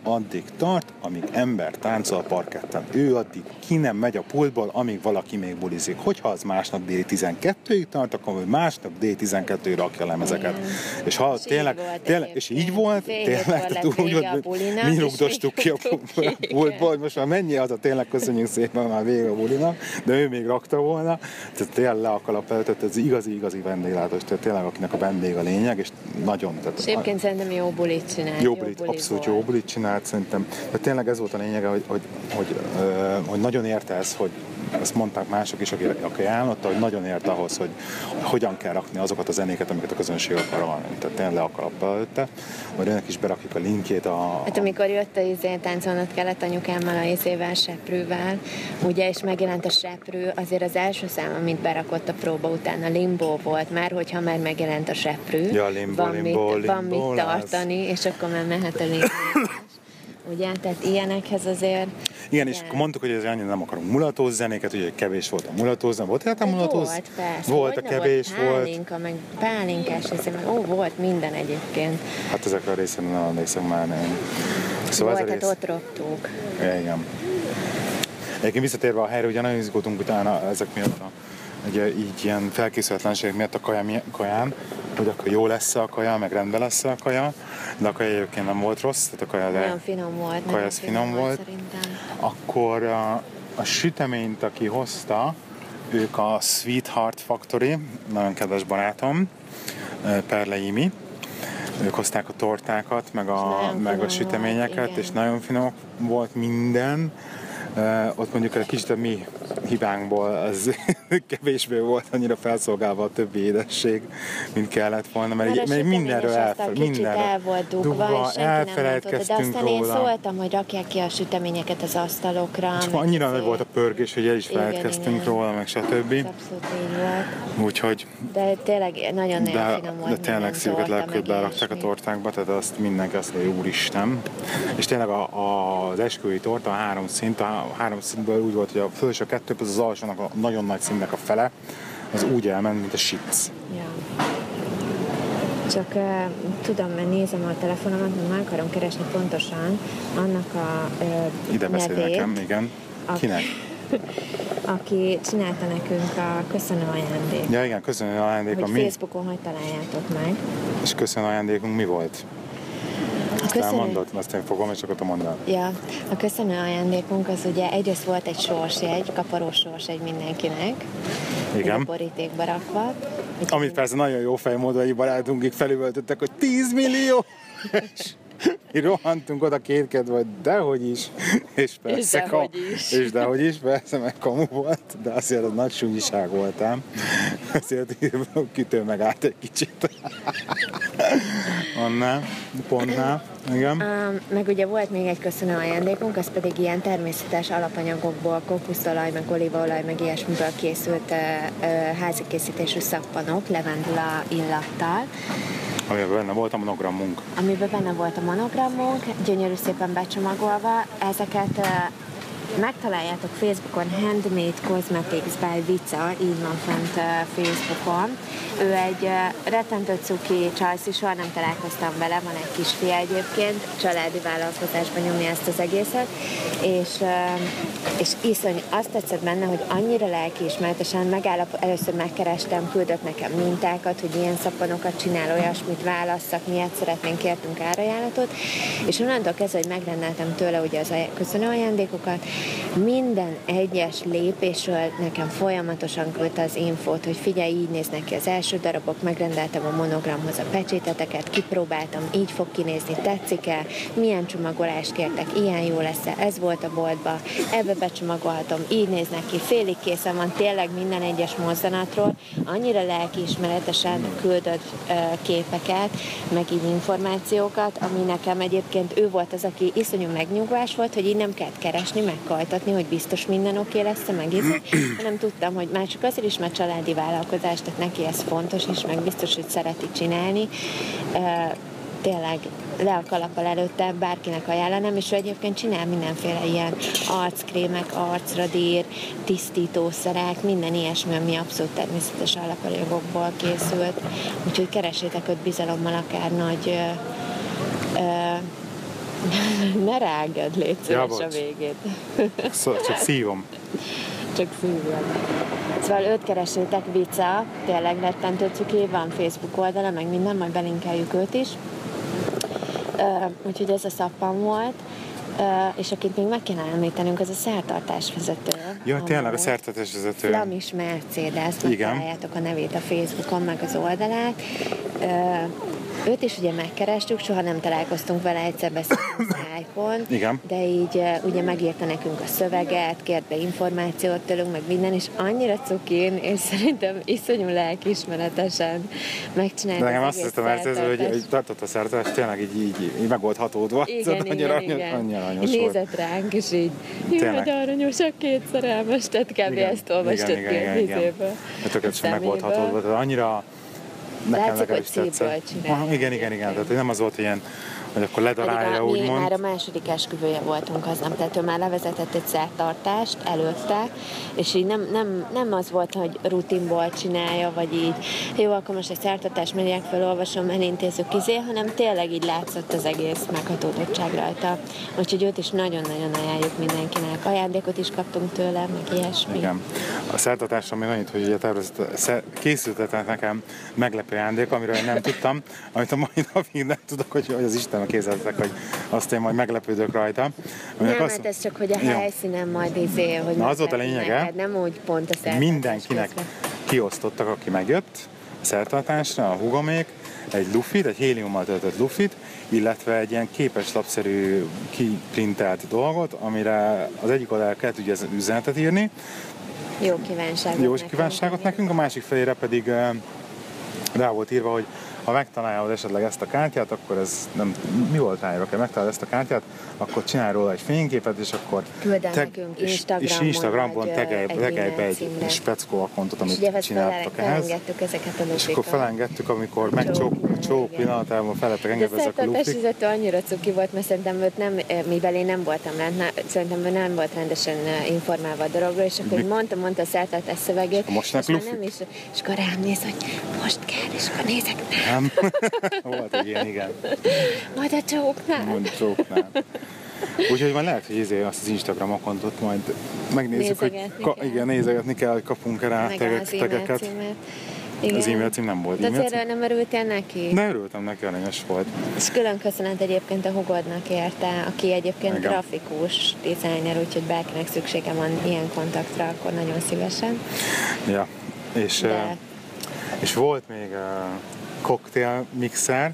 addig tart, amíg ember táncol a parketten. Ő addig ki nem megy a pultból, amíg valaki még bulizik. Hogyha az másnap déli tizenkettőig tart, akkor másnap déli tizenkettőig rakja lemezeket. Igen. És ha
és
tényleg,
így volt,
tényleg és így volt, tényleg, tehát úgy, hogy mi rugdostuk ki a pultból, hogy most már mennyi az a tényleg, köszönjük szépen, már vége a bulinak, de ő még rakta volna. Tehát tényleg le a kalap előtt, ez igazi, igazi vendéglátós, tehát tényleg akinek a vendég a lényeg, és nagyon. Tehát,
és egyébként szerintem jó bulit csinált.
Jó bulit, buli abszolút volt. Jó bulit csinált, szerintem. De tényleg ez volt a lényege, hogy, hogy, hogy, hogy nagyon érte ez, hogy ezt mondták mások is, aki, aki ajánlotta, hogy nagyon ért ahhoz, hogy hogyan kell rakni azokat a zenéket, amiket a közönség akar hallani. Tehát tényleg le a kalappal előtte, majd önnek is berakjuk a linkjét a...
Hát amikor jött a izé, táncolnod kellett anyukámmal, a izével, Seprővel, ugye, és megjelent a Seprő, azért az első szám, amit berakott a próba után, a Limbo volt már, hogyha már megjelent a Seprő.
Ja, limbo, van, limbo,
mit,
limbo,
van mit tartani, és akkor már mehet a Limbo. Ugye, tehát ilyenekhez azért...
Igen, és akkor mondtuk, hogy ez annyira nem akarunk mulatós zenéket, ugye kevés volt a mulatós zene. Volt hát mulatós?
Volt, persze.
Volt, a kevés
volt.
volt.
Pálinka, meg pálinkás, meg ó, volt minden egyébként.
Hát ezekre a részen nem emlékszem már nem.
Szóval volt, tehát rész... ott roptuk.
Igen. Egyébként visszatérve a helyre, ugye nagyon izgultunk utána ezek miatt a ugye, így ilyen felkészületlenségek miatt a kaján, kaján, hogy akkor jó lesz a kaja, meg rendben lesz a kaja, de a kaja egyébként nem volt rossz, tehát a kaja,
nagyon finom volt,
a kaja finom, finom volt.
Szerintem.
Akkor a, a süteményt, aki hozta, ők a Sweetheart Factory, nagyon kedves barátom, Perle Imi. Ők hozták a tortákat, meg a, meg a süteményeket, volt, és nagyon finom volt minden. Uh, ott mondjuk egy kicsit a mi hibánkból az kevésbé volt annyira felszolgálva a többi édesség, mint kellett volna, mert, mert így, mindenről elfe, mindenről
el volt dugva, dugva és
elfelejtkeztünk
nem tudta, de aztán
róla.
én szóltam, hogy rakják ki a süteményeket az asztalokra.
Csak annyira nagy volt a pörgés, hogy el is felejtkeztünk igen, róla, meg stb.
Abszolút így volt.
Úgyhogy...
De tényleg nagyon-nagyon finom volt.
De tényleg szívüket lelkőt berakták a tortákba, tehát azt mindenki azt mondja, úristen. És tényleg a, a, az esküvői torta, a három szint, a A három szintből úgy volt, hogy a felső kettő, az alsónak a nagyon nagy szintnek a fele, az úgy elment, mint a shits.
Ja. Csak uh, tudom, mert nézem a telefonomat, mert már akarom keresni pontosan annak a uh,
ide beszél
nevét,
nekem, igen. Kinek?
Aki csinálta nekünk a köszönő ajándék.
Ja igen, köszönő ajándék.
Hogy
mi?
Facebookon hogy találjátok meg.
És köszönő ajándékunk mi volt? Azt köszönő... elmondod, azt én fogom, és akkor te mondd el.
Ja, a köszönő ajándékunk az ugye egyrészt volt egy sorsjegy, kaparós sorsjegy mindenkinek.
Igen.
A borítékba rakva.
Amit persze nagyon jó fejmódai barátunkig felüvöltöttek, hogy tíz millió! Mi rohantunk oda kétkedve, hogy dehogy is. És persze, és dehogy kam- is. És dehogy is, persze, meg kamu volt, de azért az nagy súnyiság voltám. Azért kitő megállt egy kicsit. Annál, pontnál, igen.
Um, meg ugye volt még egy köszönő ajándékunk, az pedig ilyen természetes alapanyagokból, kókuszolaj, meg olívaolaj, meg ilyesmiből készült uh, uh, házi készítésű szappanok, levendula illattal.
Amiben benne volt a monogramunk.
Amiben benne volt a monogramunk, gyönyörű szépen becsomagolva. Ezeket uh, megtaláljátok Facebookon, Handmade Cosmetics by Vica, így van fent uh, Facebookon. Ő egy uh, rettentő cuki csajszi, soha nem találkoztam vele, van egy kisfia egyébként, családi vállalkozásban nyomja ezt az egészet, és, uh, és iszony, azt tetszett benne, hogy annyira lelkiismeretesen megállap, először megkerestem, küldött nekem mintákat, hogy ilyen szappanokat csinál, olyasmit válasszak, miért szeretnénk, kértünk árajánlatot, és onnantól kezdve, hogy megrendeltem tőle ugye az köszönő ajándékokat, minden egyes lépésről nekem folyamatosan küldte az infót, hogy figyelj, így néznek ki az első darabok, megrendeltem a monogramhoz a pecséteteket, kipróbáltam, így fog kinézni, tetszik-e, milyen csomagolást kértek, ilyen jó lesz-e, ez volt a boltba, ebbe becsomagolhatom, így néznek ki, félig készen van, tényleg minden egyes mozzanatról, annyira lelkiismeretesen küldött uh, képeket, meg így információkat, ami nekem egyébként ő volt az, aki iszonyú megnyugvás volt, hogy így nem kellett keresni, megkajtatni, hogy biztos minden oké okay lesz, meg így, hanem tudtam, hogy már csak azért is, mert családi vállalkozás, tehát neki ez fontos is, meg biztos, hogy szereti csinálni. Uh, tényleg le a kalappal előtte, bárkinek ajánlanám, és ő egyébként csinál mindenféle ilyen arckrémek, arcradír, tisztítószerek, minden ilyesmi, ami abszolút természetes alapanyagokból készült. Úgyhogy keresétek őt bizalommal, akár nagy ö, ö, Ne rágad, légy szíves
Ja,
a végét.
Szóval csak szívom.
Csak szívjad. Szóval őt keresétek, Vica, tényleg rettentő cuki, van Facebook oldala, meg minden, majd belinkeljük őt is. Uh, úgyhogy ez a szappan volt. Uh, és akit még meg kéne említenünk, az a szertartás vezető.
Ja, tényleg a szertartás vezető.
Flamis Mercedes, megtaláljátok a nevét a Facebookon, meg az oldalát. Uh, őt is ugye megkerestük, soha nem találkoztunk vele, egyszer beszéltünk Skype-on,
Igen.
de így uh, ugye megírta nekünk a szöveget, kért be információt tőlünk, meg minden, és annyira cukin, és szerintem iszonyú lelkiismeretesen megcsinálta.
De nekem azt hiszem, hogy, hogy tartott a szertartás, tényleg így, így, így megoldhatód volt.
Igen,
szóval
igen,
annyira,
igen.
Annyira aranyos
Nézett
volt.
ránk, és így, jó, de aranyosak, két szerelmes, tehát kb.
Igen,
ezt olvastad
igen,
ki
igen,
a
igen.
vizéből.
Tökéletesen megoldható volt. Annyira nekem
látszik,
legalábbis
hogy szívből
tetszett.
csinálják.
Aha, igen, igen, igen. Tehát nem az volt, hogy ilyen, hogy akkor ledarálja,
Mi
úgymond.
már a második esküvője voltunk aznap, tehát ő már levezetett egy szertartást előtte, és így nem, nem, nem az volt, hogy rutinból csinálja, vagy így, jó, akkor most egy szertartást megyek, felolvasom, elintézzük izé, hanem tényleg így látszott az egész meghatódottság rajta. Úgyhogy őt is nagyon-nagyon ajánljuk mindenkinek. Ajándékot is kaptunk tőle, meg ilyesmi.
Igen. A szertartásra még annyit, hogy ugye tervezett, készültetek nekem meglepő ajándék, amiről én nem tudtam, amit a mai napig nem tudok, hogy, hogy az Istenbe készítettek, hogy azt én majd meglepődök rajta.
Nem,
azt...
hát ez csak, hogy a
ja.
helyszínen majd izé, hogy
na, az volt a lényege,
neked, nem úgy pont a szertartás
mindenkinek
közben.
kiosztottak, aki megjött a szertartásra, a húgomék, egy lufit, egy héliummal töltött lufit, illetve egy ilyen képeslapszerű kiprintelt dolgot, amire az egyik oldalra kell tudja üzenetet írni.
Jó kívánságot
Jó
nekünk.
kívánságot nekünk, a másik felére pedig rá volt írva, hogy ha megtalálod esetleg ezt a kártyát, akkor ez nem, mi volt ráírva, ha megtalálod ezt a kártyát, akkor csinálj róla egy fényképet, és akkor
küld el nekünk
és,
Instagramon,
és Instagramon
vagy,
tegelj,
egy
tegelj be
e-mail
egy,
címre.
egy speckó akkontot,
És
amit
ugye ezt
csináltak ehhez.
felengedtük ezeket a lufikat.
És akkor felengedtük, amikor megcsók csók pillanatában felettek engedve ezek a lufik.
De annyira cuki volt, mert szerintem őt nem, mivel én nem voltam rá, szerintem ő nem volt rendesen informálva a dologról, és akkor mondta, mondta a szertartás szövegét,
most
és,
lufi?
nem is, és akkor rám néz, hogy most kell, és akkor nézek,
nem. Volt egy ilyen, igen.
majd a csóknál.
Majd a csóknál. Úgyhogy már lehet, hogy izé azt az Instagram akkontot majd megnézzük, hogy ka- igen, nézegetni kell, hogy kapunk rá tegeket.
Igen.
Az e-mail cím nem volt.
De azért nem örültél neki?
De örültem neki, aranyos volt.
És külön köszönet egyébként a hugodnak érte, aki egyébként igen. grafikus, designer, úgyhogy bárkinek szüksége van ilyen kontaktra, akkor nagyon szívesen.
Ja, és,
De...
és volt még uh, cocktail mixer,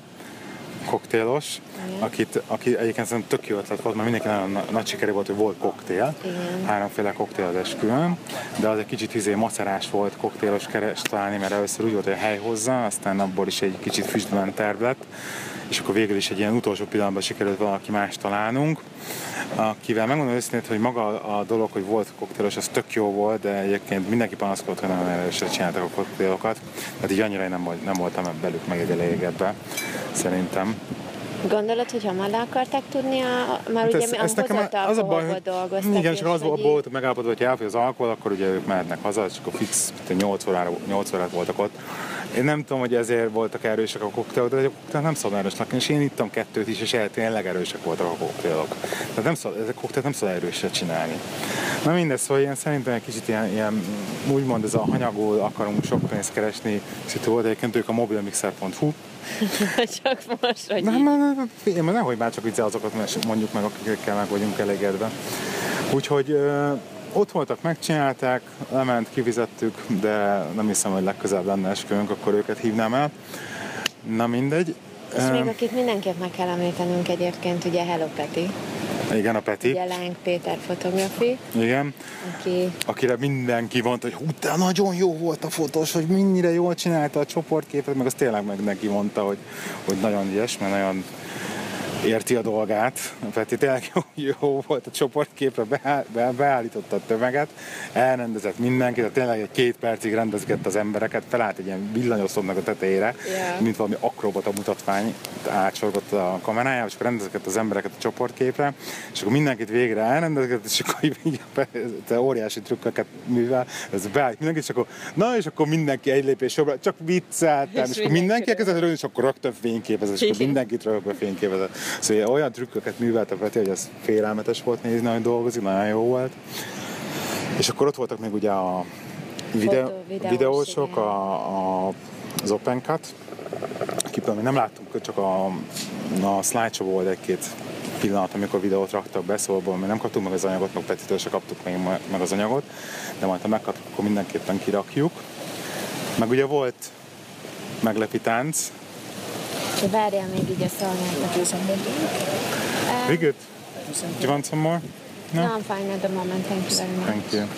koktélos, akit, aki egyébként szerintem tök jó ötlet volt, mert mindenki nagyon nagy sikerű volt, hogy volt koktél,
igen.
háromféle koktél az esküvőn, de az egy kicsit izé macerás volt koktélos keres találni, mert először úgy volt, hogy a hely hozza, aztán abból is egy kicsit füstben terv lett, és akkor végül is egy ilyen utolsó pillanatban sikerült valaki más találnunk, akivel megmondom őszintén, hogy maga a dolog, hogy volt koktélos, az tök jó volt, de egyébként mindenki panaszkodott, hogy nagyon erősre csináltak a koktélokat, tehát így annyira én nem, nem voltam belük meg egy elégedve, szerintem.
Gondolod, hogy hamar le akarták tudni, a, már hát ugye ez, mi ez nekem az a baj, hogy dolgoztak.
Igen, csak az volt, volt megállapodva, hogy elfogy az alkohol, akkor ugye ők mehetnek haza, és akkor fix nyolc órát voltak ott. Én nem tudom, hogy ezért voltak erősek a koktélok, de a koktél nem szabad erősnek, és én ittam kettőt is, és tényleg erősek voltak a koktélok. Tehát nem szabad, ezek a koktélt nem szabad erősre csinálni. Na mindez, szóval ilyen, szerintem egy kicsit ilyen, ilyen, úgymond ez a hanyagul akarunk sok pénzt keresni szitu volt, egyébként ők a mobilmixer pont hu.
Csak most, hogy
nem, nem, nem, nem, nehogy már csak így azokat mondjuk meg, akikkel meg vagyunk elégedve. Úgyhogy ö, ott voltak, megcsinálták, lement, kifizettük, de nem hiszem, hogy legközelebb lenne esküvőnk, akkor őket hívnám el. Na mindegy.
És még akit mindenképp meg kell említenünk egyébként, ugye Hello Peti.
Igen, a Peti.
Ugye Láng Péter fotografi.
Igen.
Aki...
Akire mindenki mondta, hogy hú, de nagyon jó volt a fotós, hogy mennyire jól csinálta a csoportképet, meg az tényleg meg neki mondta, hogy, hogy nagyon ügyes, mert nagyon érti a dolgát. Peti tényleg jó, jó volt a csoportképre, beáll, be, beállította a tömeget, elrendezett mindenkit, tehát tényleg egy két percig rendezgette az embereket, felállt egy ilyen villanyoszlopnak a tetejére, yeah. mint valami akrobata mutatvány, átsorgott a kamerájával, és akkor rendezgette az embereket a csoportképre, és akkor mindenkit végre elrendezgett, és akkor így te óriási trükköket művel, ez beállt mindenkit, és akkor na, és akkor mindenki egy lépés jobbra, csak vicceltem, és, és akkor mindenki elkezdett rögtön, és akkor rögtön fényképezett, és akkor mindenkit rögtön fényképezett. Szóval olyan trükköket művelt a Peti, hogy ez félelmetes volt nézni, hogy dolgozik, nagyon jó volt. És akkor ott voltak még ugye a videó,
Fotó, videós,
videósok,
igen.
a, a, az Open Cut, akikről még nem láttunk, csak a, a slideshow volt egy-két pillanat, amikor videót raktak be, szóval mi nem kaptuk meg az anyagot, meg Petitől se kaptuk még meg az anyagot, de majd ha megkapjuk, akkor mindenképpen kirakjuk. Meg ugye volt meglepi tánc.
De várjál még így a szolgáltatás.
We good? Do you want some more?
No, I'm fine at the moment, thank you very much.
Thank you.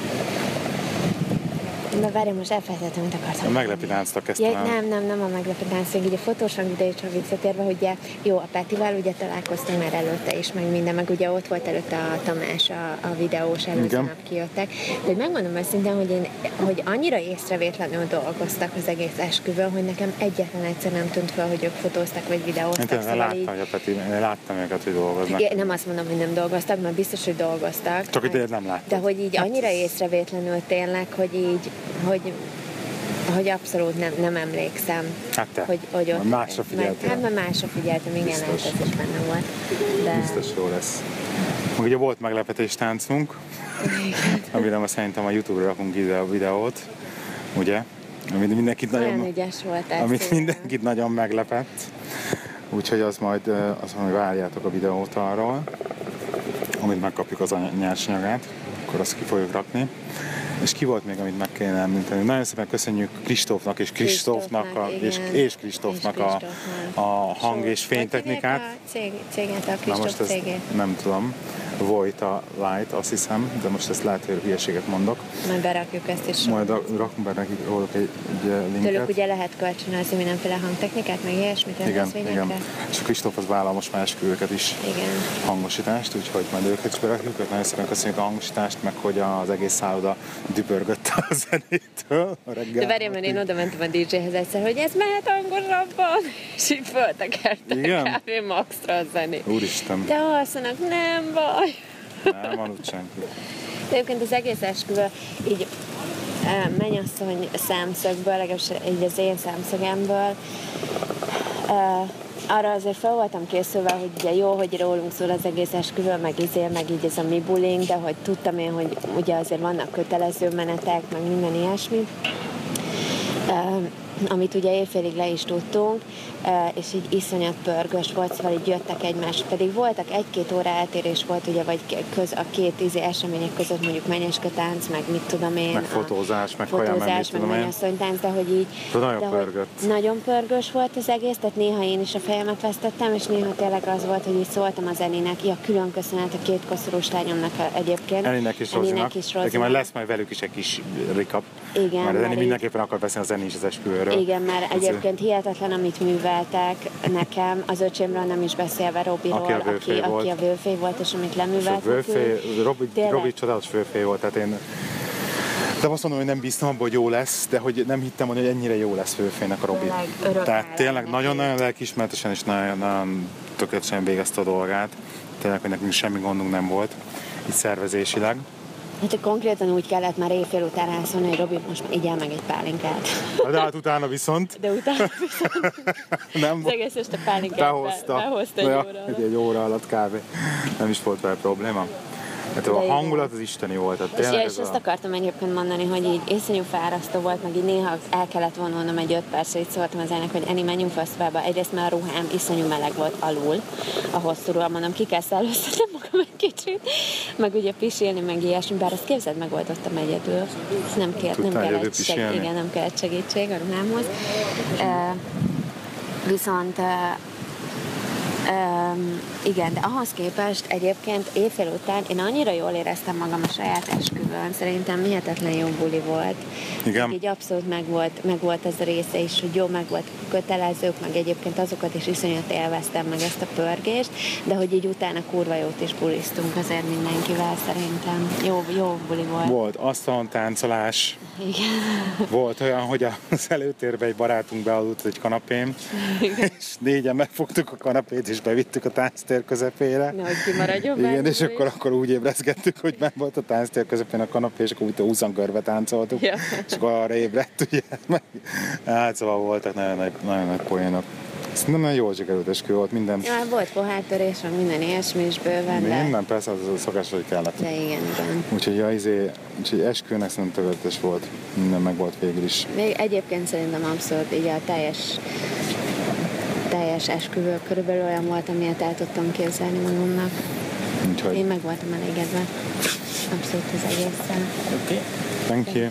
De várj, most elfelejtettem, amit akartam.
A meglepi táncra kezdtem
Ja,
el.
nem, nem, nem a meglepi tánc, így a fotós videósra visszatérve, hogy ugye, jó, a Petivel ugye találkoztunk már előtte is, meg minden, meg ugye ott volt előtte a Tamás, a, a videós, előző
Igen.
nap kijöttek. De hogy megmondom őszintén, hogy, én, hogy annyira észrevétlenül dolgoztak az egész esküvőn, hogy nekem egyetlen egyszer nem tűnt fel, hogy ők fotóztak vagy
Én
videóztak.
tényleg
Szóval
láttam,
így,
hogy a Peti, én láttam őket, hogy dolgoznak.
én nem azt mondom, hogy nem dolgoztak, mert biztos, hogy dolgoztak.
Csak hogy tényleg nem láttam.
De hogy így annyira észrevétlenül tényleg, hogy így, hogy hogy abszolút nem, nem emlékszem,
Hát te,
hogy, hogy ott...
másra figyeltél.
Hát, mert másra figyeltem, igen,
Biztos.
ez is benne volt. De...
Biztos jó lesz. Meg ugye volt meglepetés táncunk, amire most szerintem a YouTube-ra rakunk ide a videót, ugye? Amit mindenkit
Olyan
nagyon,
ügyes volt ez.
amit
igen.
mindenkit nagyon meglepett. Úgyhogy az majd, az, hogy várjátok a videót arról, amit megkapjuk az any- nyersanyagát, akkor azt ki fogjuk rakni. És ki volt még, amit meg kéne említeni? Nagyon szépen köszönjük Kristófnak és Kristófnak, a, és,
igen.
és Kristófnak a, a hang és fénytechnikát.
Hogy hívják a cég, céget, a
Na
Kristóf
most ezt
cégét?
nem tudom. Vojta Light, azt hiszem, de most ezt lehet, hogy hülyeséget mondok.
Majd berakjuk ezt is.
Majd a- rakunk be nekik róluk egy, egy eh, linket.
Tőlük ugye lehet kölcsönözni mindenféle hangtechnikát, meg ilyesmit
Igen,
rendezvényekre.
igen. És a Kristóf az vállal most már esküvőket is,
Igen.
hangosítást, úgyhogy majd őket is berakjuk. Őket nagyon szépen köszönjük a hangosítást, meg hogy az egész szálloda dübörgött a zenétől a reggel.
De várjál, mert én oda mentem a dé dzséhez egyszer, hogy ez mehet hangosabban, és így föltekertek
Igen?
kb. Maxra a zenét.
Úristen,
De alszanak, nem baj.
nem aludt senki.
De egyébként az egész esküvő így eh, mennyasszony szemszögből, legalábbis így az én szemszögemből, eh, arra azért fel voltam készülve, hogy ugye jó, hogy rólunk szól az egész esküvő, meg izé, meg így ez a mi bullying, de hogy tudtam én, hogy ugye azért vannak kötelező menetek, meg minden ilyesmi. Uh, amit ugye évfélig le is tudtunk, uh, és így iszonyat pörgős volt, szóval így jöttek egymás, pedig voltak egy-két óra eltérés volt, ugye, vagy köz, a két izé események között mondjuk menyeske-tánc, meg mit tudom én.
Meg fotózás, meg kaján, meg
fotózás,
mit
meg
tudom én.
mennyasszonytánc, de hogy így...
De nagyon
de
pörgött.
Hogy nagyon pörgős volt az egész, tehát néha én is a fejemet vesztettem, és néha tényleg az volt, hogy így szóltam az Eninek, ja, külön köszönet a két koszorús lányomnak egyébként.
Eninek és
Eninek
Rozinak.
is
Neki majd
Rozinak.
lesz majd velük is egy kis recap.
Igen,
Mert
mert
Eni
így-
mindenképpen akar beszélni az Eni is az esküvőről.
Igen, mert egyébként hihetetlen, amit műveltek nekem, az öcsémről nem is beszélve, Robiról,
Aki a
aki,
vőfély
aki,
volt.
a vőfély volt, és amit
És a
leműveltek.
vőfély, Robi,
Tényleg.
Robi csodálatos vőfély volt, tehát én de azt mondom, hogy nem bíztam abban, hogy jó lesz, de hogy nem hittem volna, hogy ennyire jó lesz vőfének a Robi.
Tényleg, örök
Tehát
állam
tényleg
neki.
nagyon-nagyon lelkiismeretesen és nagyon, nagyon tökéletesen végezte a dolgát. Tényleg, hogy nekünk semmi gondunk nem volt, így szervezésileg.
Hát konkrétan úgy kellett már éjfél után elszólni, hogy Robi, most már igyál meg egy pálinkát.
De hát utána viszont
De utána
nem
az egész este pálinkát
behozta.
Be, behozta egy
Ja,
óra alatt.
egy, egy óra alatt kb. Nem is volt vele probléma. Hát a
igen.
hangulat az isteni volt. Tehát
És,
tényleg
és
ez
azt
a...
akartam egyébként mondani, hogy így iszonyú fárasztó volt, meg így néha el kellett vonulnom egy öt percre, így szóltam az elnek, hogy Eni, menjünk fesztiválba. Egyrészt már a ruhám iszonyú meleg volt alul, a hosszúról, mondom, ki kell szellőztetnem magam egy kicsit, meg ugye pisilni, meg ilyesmi, bár ezt képzeld, megoldottam egyedül. Nem, kért, nem
Tudtál
kellett
egyedül
seg,
pisilni?
igen, nem kellett segítség a ruhámhoz. Uh, viszont uh, Um, igen, de ahhoz képest egyébként éjfél után én annyira jól éreztem magam a saját esküvőn, szerintem hihetetlen jó buli volt.
Igen.
Így abszolút meg volt, meg volt ez a része is, hogy jó, meg volt kötelezők, meg egyébként azokat is iszonyat élveztem, meg ezt a pörgést, de hogy így utána kurva jót is buliztunk azért mindenkivel szerintem. Jó, jó buli volt.
Volt asztalon táncolás,
Igen.
volt olyan, hogy az előtérbe egy barátunk bealudt egy kanapén, és négyen megfogtuk a kanapét, és bevittük a tánctér közepére.
Nehogy kimaradjon
Igen,
benne
és
is.
akkor, akkor úgy ébreszgettük, hogy benn volt a tánctér közepén a kanapé, és akkor úgy húszan körbe táncoltuk,
Ja.
és akkor arra ébredt, ugye. Hát szóval voltak nagyon nagy, nagyon nagy poénok. Szerintem nagyon jól sikerült eskü volt, minden.
Ja, volt pohártörés, van minden ilyesmi is bőven, de...
Minden persze az a szokás, hogy kellett.
De igen, igen.
Úgyhogy ja, izé, úgyhogy esküvőnek szerintem tökéletes volt. Minden meg volt végül is.
Még egyébként szerintem abszolút így a teljes teljes esküvő körülbelül olyan volt, amilyet el tudtam képzelni magamnak.
Úgyhogy...
Én meg voltam elégedve. Abszolút az egészen.
Oké. Okay.
Thank you.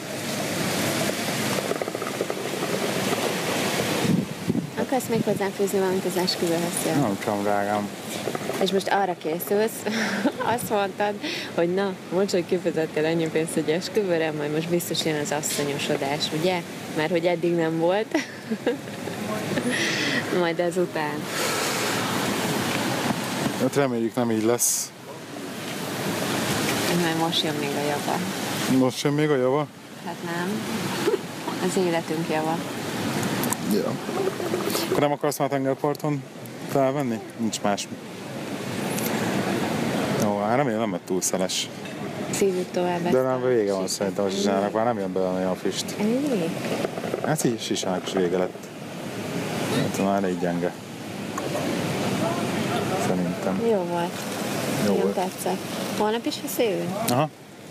Akarsz még hozzáfűzni valamit az esküvőhöz?
Nem tudom, drágám.
És most arra készülsz, azt mondtad, hogy na, most, hogy kifizettél ennyi pénzt egy esküvőre, majd most biztos jön az asszonyosodás, ugye? Mert hogy eddig nem volt. Majd ezután.
Hát reméljük nem így lesz.
Mert most jön még a java.
Most sem még a java?
Hát nem. Az életünk java.
Ja. Akkor nem akarsz már tengerparton felvenni? Nincs más. Jó, hát remélem nem lett túl szeles.
Szívjuk tovább.
De nem, vége van szerintem a zsizsának, már nem jön bele olyan füst.
Elég?
Hát így zsizsának is vége lett. Hát már elég gyenge. Szerintem.
Jó volt.
Jó
Nagyon
volt.
tetszett. Holnap is beszélünk?
Aha.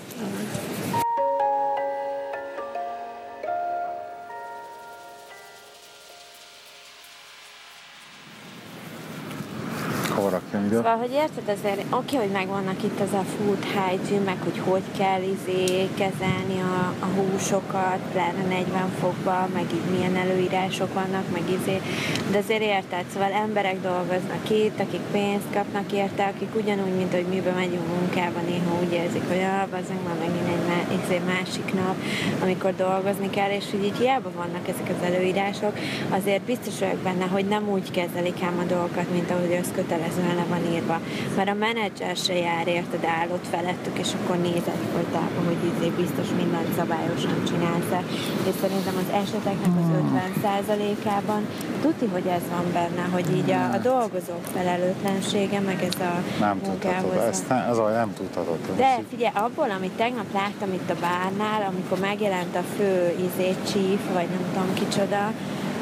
Hol rakjam ide?
Szóval, hogy érted, azért oké, hogy megvannak itt az a food hygiene, meg hogy hogy kell izé kezelni a, a húsokat, pláne negyven fokban, meg így milyen előírások vannak, meg izé, de azért érted, szóval emberek dolgoznak itt, akik pénzt kapnak érte, akik ugyanúgy, mint hogy miben megyünk munkába, néha úgy érzik, hogy ah, bazzeg már megint egy má, izé másik nap, amikor dolgozni kell, és hogy így hiába vannak ezek az előírások, azért biztos vagyok benne, hogy nem úgy kezelik ám a dolgokat, mint ahogy az kötelezően le van írva. Mert a menedzser se jár, érted, állott felettük, és akkor nézett folytában, hogy izé biztos mindent szabályosan csinálsz. És szerintem az eseteknek az ötven százalékában tuti, hogy ez van benne, hogy így a, a dolgozók felelőtlensége, meg ez a
Nem tudhatod, ezt ne, az olyan nem tudhatod.
De figyelj, abból, amit tegnap láttam itt a bárnál, amikor megjelent a fő izé chief, vagy nem tudom kicsoda,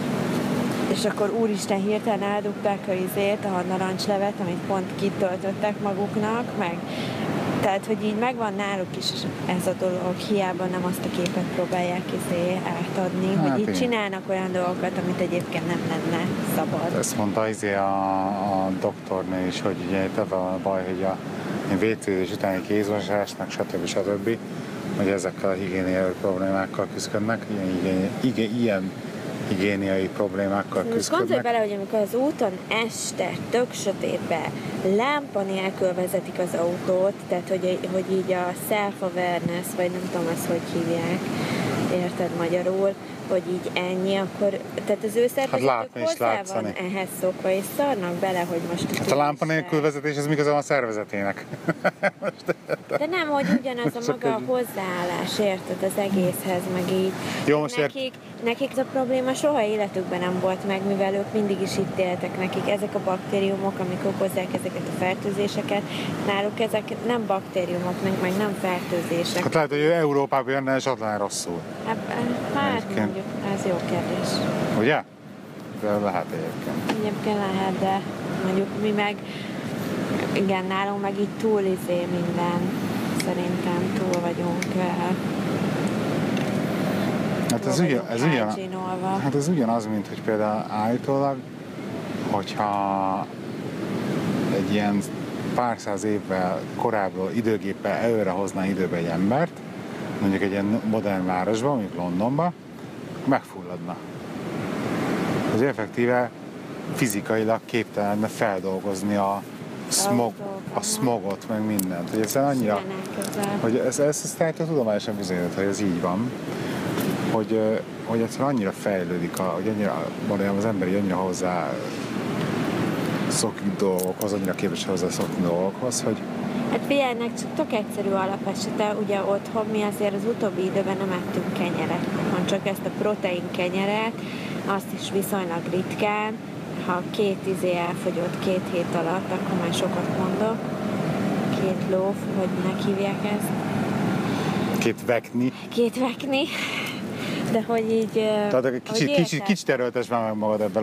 és akkor úristen hirtelen eldugták a izét, a narancslevet, amit pont kitöltöttek maguknak, meg tehát, hogy így megvan náluk is ez a dolog, hiába nem azt a képet próbálják izé átadni, hát hogy így én. csinálnak olyan dolgokat, amit egyébként nem lenne szabad.
Ezt mondta izé a, a doktornő is, hogy ugye itt ebben a baj, hogy a vécézés utáni kézmosásnak, stb. stb. Hogy ezekkel a higiéniai problémákkal küzdködnek, ilyen, ilyen, ilyen higiéniai problémákkal
most
küzdködnek.
gondolj bele, hogy amikor az úton este, tök sötétbe, lámpa nélkül vezetik az autót, tehát hogy, hogy így a self-awareness, vagy nem tudom ezt, hogy hívják, érted magyarul, hogy így ennyi, akkor, tehát az ő szervezetük
hát
hozzá van ehhez szokva, és szarnak bele, hogy most...
Hát a lámpa nélkül vezetés, ez miközben a szervezetének.
De nem, hogy ugyanaz a maga a hozzáállás, érted, az egészhez, meg így.
Jó, most
nekik, ért... nekik a probléma soha életükben nem volt meg, mivel ők mindig is itt éltek nekik. Ezek a baktériumok, amik okozzák ezeket a fertőzéseket, náluk ezek nem baktériumok, meg, meg nem fertőzések.
Hát lehet, hogy ő Európában jönne, és ott lenne rosszul.
Hát, hát mondjuk, ez jó kérdés.
Ugye? De lehet egyébként.
Egyébként lehet, de mondjuk mi meg, igen, nálunk meg így túl izé minden. Szerintem túl vagyunk vele.
Hát ez, ugyan, ez, ugyan, hát ez ugyanaz, mint hogy például állítólag, hogyha egy ilyen pár száz évvel korábban időgéppel előre hozná időbe egy embert, mondjuk egy ilyen modern városban, mondjuk Londonban, megfulladna. Az effektíve fizikailag képtelen feldolgozni a smog, a smogot, meg mindent. Hogy ez annyira, hogy ez, ez, ez tehát a tudományosan bizonyított, hogy ez így van, hogy, hogy egyszerűen annyira fejlődik, a, hogy annyira, valójában az ember annyira hozzá szokik dolgokhoz, annyira képes hozzá szokni dolgokhoz, hogy
hát figyelj, ennek csak tök egyszerű alapesete, ugye otthon mi azért az utóbbi időben nem ettünk kenyeret, hanem csak ezt a protein kenyeret, azt is viszonylag ritkán, ha két izé elfogyott két hét alatt, akkor már sokat mondok. Két lóf, hogy minek hívják ezt?
Két vekni.
Két vekni. De hogy így...
Tehát egy kicsit, kicsit, kicsit erőltes már meg magad ebben a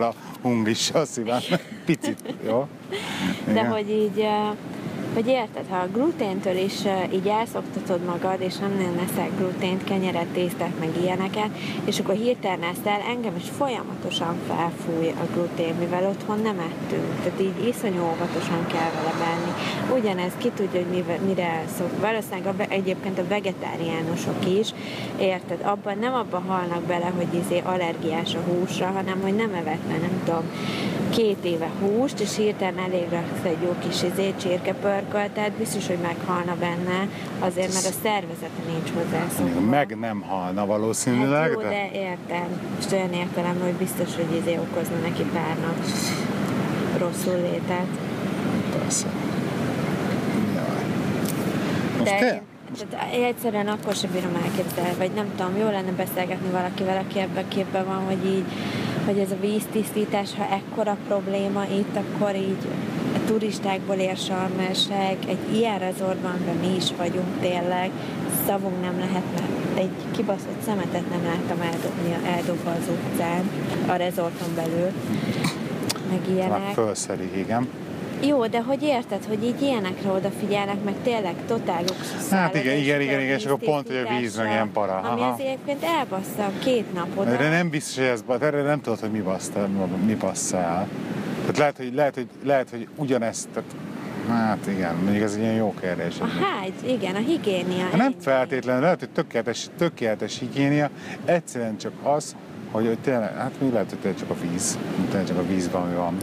hungrissal szívem. Picit, jó?
De
Igen.
hogy így, eh, hogy érted, ha a gluténtől is eh, így elszoktatod magad, és nem eszel glutént, kenyeret, tésztát, meg ilyeneket, és akkor hirtelen ezt el, engem is folyamatosan felfúj a glutén, mivel otthon nem ettünk. Tehát így iszonyú óvatosan kell vele benni. Ugyanez, ki tudja, hogy mire, mire szok. Valószínűleg a, ve- egyébként a vegetáriánusok is, érted, abban nem abban halnak bele, hogy izé allergiás a húsra, hanem hogy nem evett, mert nem tudom, két éve húst, és hirtelen elég raksz egy jó kis izé, csirkepörkölt, tehát biztos, hogy meghalna benne, azért, mert a szervezete nincs hozzászokva.
Meg nem halna valószínűleg,
Hát jó,
de...
de értem. És olyan értelemben, hogy biztos, hogy izé okozna neki pár nap rosszul létet.
Persze. Jaj. Most
De
te?
tehát egyszerűen akkor sem bírom elképzelni, vagy nem tudom, jó lenne beszélgetni valakivel, aki ebben a képben van, hogy így, hogy ez a víztisztítás, ha ekkora probléma itt, akkor így a turistákból ér Sarm-el-Sheikh, egy ilyen rezortban, amiben mi is vagyunk tényleg, szavunk nem lehet, mert egy kibaszott szemetet nem láttam eldobni, eldobva az utcán, a rezorton belül, meg
Már
ilyenek.
fölszerik, igen.
Jó, de hogy érted, hogy így ilyenekre odafigyelnek, meg tényleg totál luxus.
Hát igen, igen, igen, igen, és akkor pont, hogy a víz meg ilyen para.
Ami
Aha.
az egyébként elbassza a két napot.
Erre nem biztos, hogy ez, erre nem tudod, hogy mi bassza, mi bassza el. Tehát lehet, hogy, lehet, hogy, lehet, hogy ugyanezt, tehát, hát igen, mondjuk ez egy ilyen jó kérdés.
A hágy, igen, a higiénia.
Hát nem
ennyi.
feltétlenül, lehet, hogy tökéletes, tökéletes higiénia, egyszerűen csak az, hogy, hogy tényleg, hát mi lehet, hogy tényleg csak a víz, tényleg csak a vízben, ami van.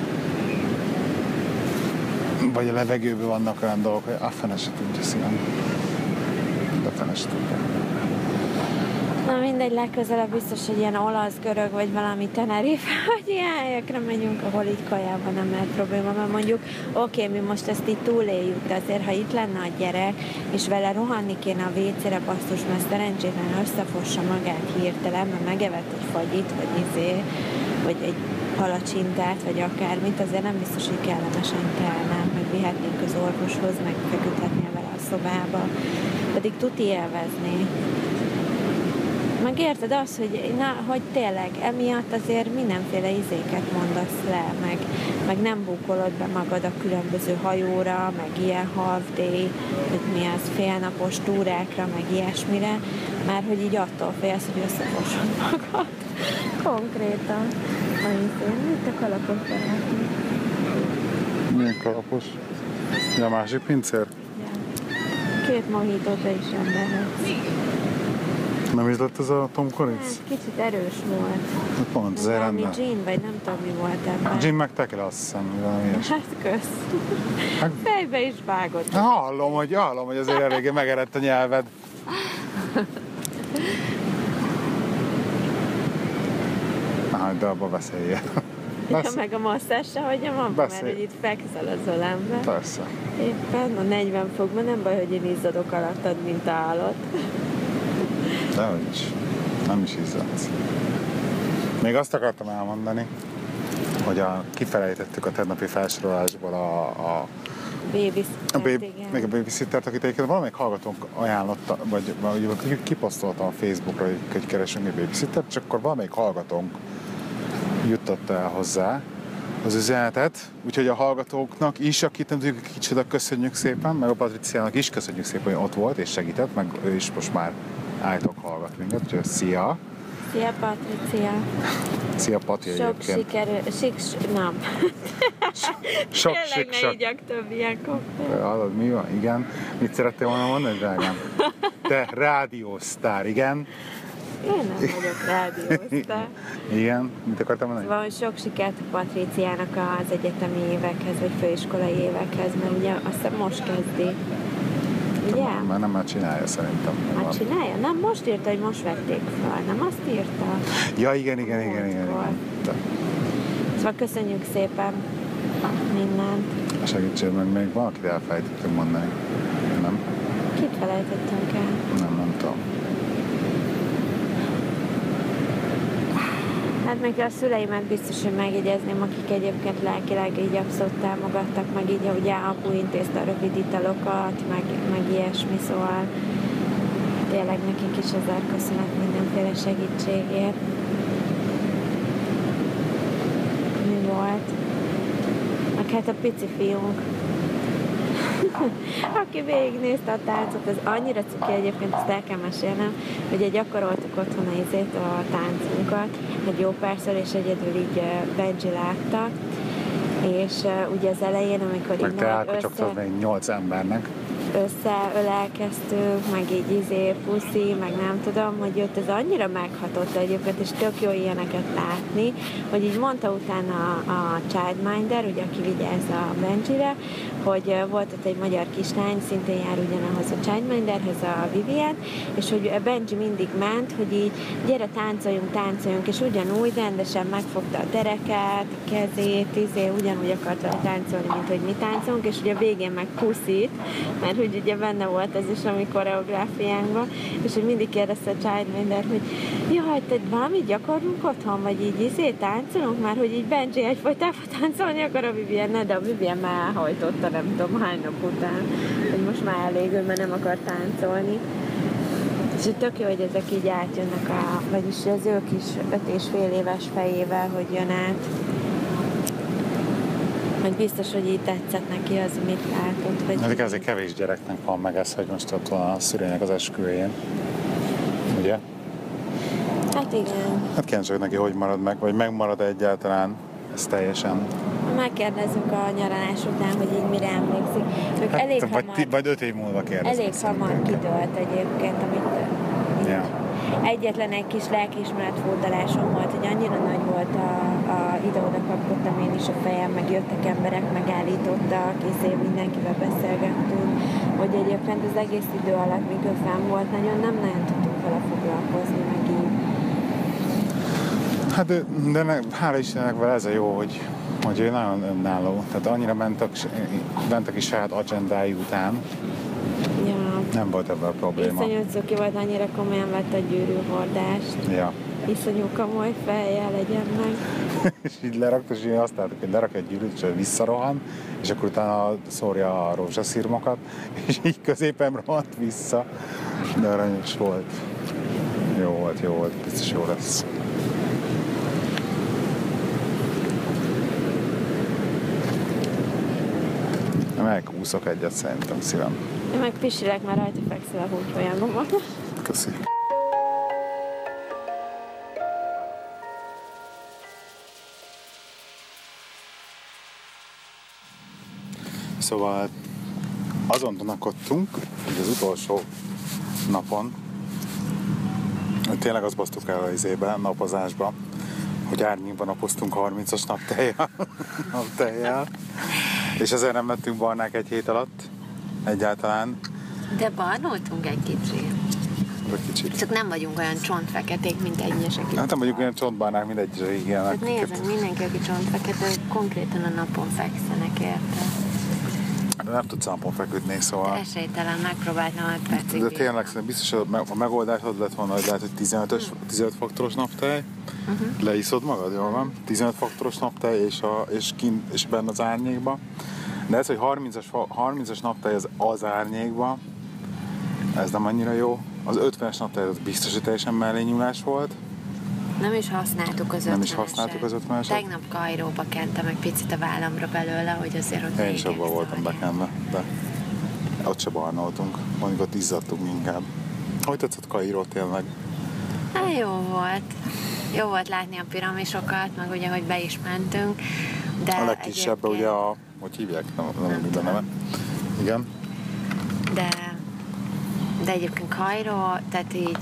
Vagy a levegőben vannak olyan dolgok, hogy a fene se tudja szívem. De fene se tudja.
Na mindegy, legközelebb biztos, hogy ilyen olasz, görög, vagy valami Tenerife, vagy ilyen helyekre megyünk, ahol így kajában nem lehet probléma, mert mondjuk, oké, okay, mi most ezt így túléljük, de azért, ha itt lenne a gyerek, és vele rohanni kéne a vécére, basszus, mert szerencsétlen összefossa magát hirtelen, mert megevett egy fagyit, vagy izé, vagy egy palacsintát, vagy akármit, azért nem biztos, hogy kellemesen kellene, meg vihetnénk az orvoshoz, meg feküdhetnél vele a szobába, pedig tuti élvezni. Meg érted azt, hogy, na, hogy tényleg emiatt azért mindenféle izéket mondasz le, meg, meg nem búkolod be magad a különböző hajóra, meg ilyen half-day, hogy mi az, félnapos túrákra, meg ilyesmire, mert hogy így attól félsz, hogy összefosod magad. Konkrétan. Amit mit a kalapos barátunk?
Milyen kalapos? Ja, a másik pincér?
Ja. Két mohitót is rendelhetsz.
Nem is lett ez a Tom Collins?
Hát, kicsit erős volt.
Hát pont, azért
Valami
rendben.
gin, vagy nem tudom, mi volt ebben.
Gin meg tequila, azt hiszem, valami ilyesmi.
Hát kösz.
Hát-
Fejbe is vágott.
Hallom, hogy, hallom, hogy azért eléggé megerett a nyelved. Na, hagyd abba beszéljél.
Ja,
Lesz?
meg a masszázsa, hogy a mamma,
Beszélj.
mert hogy itt fekszel az ölembe.
Persze.
Éppen a negyven fokban nem baj, hogy én izzadok alattad, mint állat.
Dehogy is. Nem is izzadsz. Még azt akartam elmondani, hogy a, kifelejtettük a tegnapi felsorolásból a, a
Baby,
A baby,
igen.
még a babysittert, akit egyébként valamelyik hallgatónk ajánlotta, vagy, vagy kiposztolta a Facebookra, hogy, hogy keresünk egy babysittert, és akkor valamelyik hallgatónk juttatta el hozzá az üzenetet, úgyhogy a hallgatóknak is, akit nem tudjuk, kicsoda, köszönjük szépen, meg a Patriciának is köszönjük szépen, hogy ott volt és segített, meg ő is most már állítok hallgat minket, úgyhogy szia!
Szia, Patricia.
Szia, Pati
Sok
egyébként.
sikerű, sik, nem.
Sok,
Tényleg
sik,
ne
sok.
igyak több ilyen koktélt.
Hallod, mi van? Igen. Mit szerettél volna mondani, drágám? Te rádiósztár, igen.
Én nem vagyok rádiózta.
Igen. Mit akartam mondani?
Szóval, hogy sok sikert a Patriciának az egyetemi évekhez, vagy főiskolai évekhez, mert ugye azt hiszem most kezdi. Ugye?
Már nem már csinálja szerintem.
Hát csinálja? Nem, most írta, hogy most vették fel. Nem azt írta?
Ja, igen, igen, igen, igen. igen.
Volt.
De
Szóval köszönjük szépen mindent.
segítsél meg, még valakit elfelejtettünk mondani. Nem?
Kit felejtettünk el?
Nem, nem tudom.
Hát még a szüleimet biztos, hogy megjegyezném, akik egyébként lelkileg így abszolút támogattak, meg így ugye apu intézte a rövid italokat, meg, meg ilyesmi, szóval tényleg nekik is ezer köszönet mindenféle segítségért. volt. Meg hát a pici fiunk, aki végignézte a táncot, az annyira cuki egyébként, ezt el kell mesélnem, hogy gyakoroltuk otthon a izét, a táncunkat, egy jó párszor, és egyedül így Benji látta, és uh, ugye az elején, amikor
meg
így
te
nagy
elkacsaktad
össze...
még nyolc embernek.
összeölelkeztünk, meg így izé, puszi, meg nem tudom, hogy őt ez annyira meghatotta egyébként, és tök jó ilyeneket látni, hogy így mondta utána a, a Childminder, ugye, aki vigyáz a Benjire, hogy volt ott egy magyar kislány, szintén jár ugyanahoz a Childminderhez, a Vivian, és hogy Benji mindig ment, hogy így gyere táncoljunk, táncoljunk, és ugyanúgy rendesen megfogta a dereket, a kezét, izé, ugyanúgy akart vele táncolni, mint hogy mi táncolunk, és ugye a végén meg puszit, mert hogy ugye benne volt ez is a mi koreográfiánkban, és hogy mindig kérdezte a Childminder, hogy jaj, te valamit gyakorlunk otthon, vagy így izé táncolunk, már hogy így Benji egyfolytában táncolni akar a Vivian, ne, de a Vivian már elhajtotta, nem tudom hány nap után, hogy most már elég, ő, mert nem akar táncolni. És hogy tök jó, hogy ezek így átjönnek, a, vagyis az ő kis öt és fél éves fejével, hogy jön át. Hogy biztos, hogy így tetszett neki az, amit látott. Vagy
Eddig azért kevés gyereknek van meg ez, hogy most ott van a szüleinek az esküvőjén. Ugye?
Hát igen.
Hát kíváncsi neki, hogy marad meg, vagy megmarad egyáltalán. Ez teljesen...
Megkérdezzük a nyaralás után, hogy így mire emlékszik. Ők
Hát,
elég
vagy,
hamar,
ti, vagy öt év múlva kérdezik.
elég hamar kidőlt egyébként, amit
Ja.
egyetlen egy kis lelkiismeret furdalásom volt, hogy annyira nagy volt a, a ide-oda kapkodtam én is a fejem, meg jöttek emberek, megállítottak, és én mindenkivel beszélgettünk, hogy egyébként az egész idő alatt, míg ő fenn volt, nagyon nem nagyon tudtunk vele foglalkozni, meg így.
Hát de, de ne, hála Istennek vele ez a jó, hogy, hogy ő nagyon önálló. Tehát annyira mentek, mentek is saját agendájú után.
Ja.
Nem volt ebben a probléma.
Iszonyú cuki volt, annyira komolyan vett a gyűrűhordást.
Ja.
Iszonyú komoly fejjel legyen meg.
És így lerakta, és így azt láttuk, hogy lerak egy gyűrűt, és visszarohan, és akkor utána szórja a rózsaszírmokat, és így középen rohant vissza. De aranyos volt. Jó volt, jó volt, biztos jó lesz. Megúszok egyet szerintem szívem.
Én meg pisilek, már rajta fekszel a húgyfolyamban.
Köszi. Szóval azon tudakodtunk, hogy az utolsó napon, hogy tényleg azt basztuk el az izébe, napozásba, hogy árnyékban napoztunk harmincas naptejjel, naptejjel, és ezért nem lettünk barnák egy hét alatt egyáltalán.
De barnoltunk egy kicsit.
Vagy kicsit.
Csak nem vagyunk olyan csontfeketék, mint egyesek.
Hát nem vagyunk olyan csontbarnák, mint egyesek, igen.
Hát nézd, mindenki, aki csontfekete, konkrétan a napon fekszenek, érte.
De nem tudsz napon feküdni, szóval...
Esélytelen, megpróbáltam öt percig.
De tényleg szerintem biztos, hogy a megoldás az lett volna, hogy lehet, hogy tizenötös, tizenöt faktoros naptej, uh-huh. Leiszod magad, jól van? tizenöt faktoros naptej, és, a, és, kint, és benne az árnyékba. De ez, hogy harmincas, harmincas naptej az, az árnyékba, ez nem annyira jó. Az ötvenes naptej az biztos, hogy teljesen mellényúlás volt.
Nem is használtuk az ötveneset.
Nem is használtuk az ötveneset.
Tegnap Kairóba kentem meg picit a vállamra belőle, hogy azért ott
én is abban voltam bekenve, de ott se barnoltunk. Mondjuk ott izzadtunk inkább. Hogy tetszett Kairó tényleg?
Hát jó volt. Jó volt látni a piramisokat, meg ugye, hogy be is mentünk. De
a legkisebb egyébként... ugye a... Hogy hívják? Nem, nem, nem tudom. Neve. Igen.
De, de egyébként Kairó, tehát így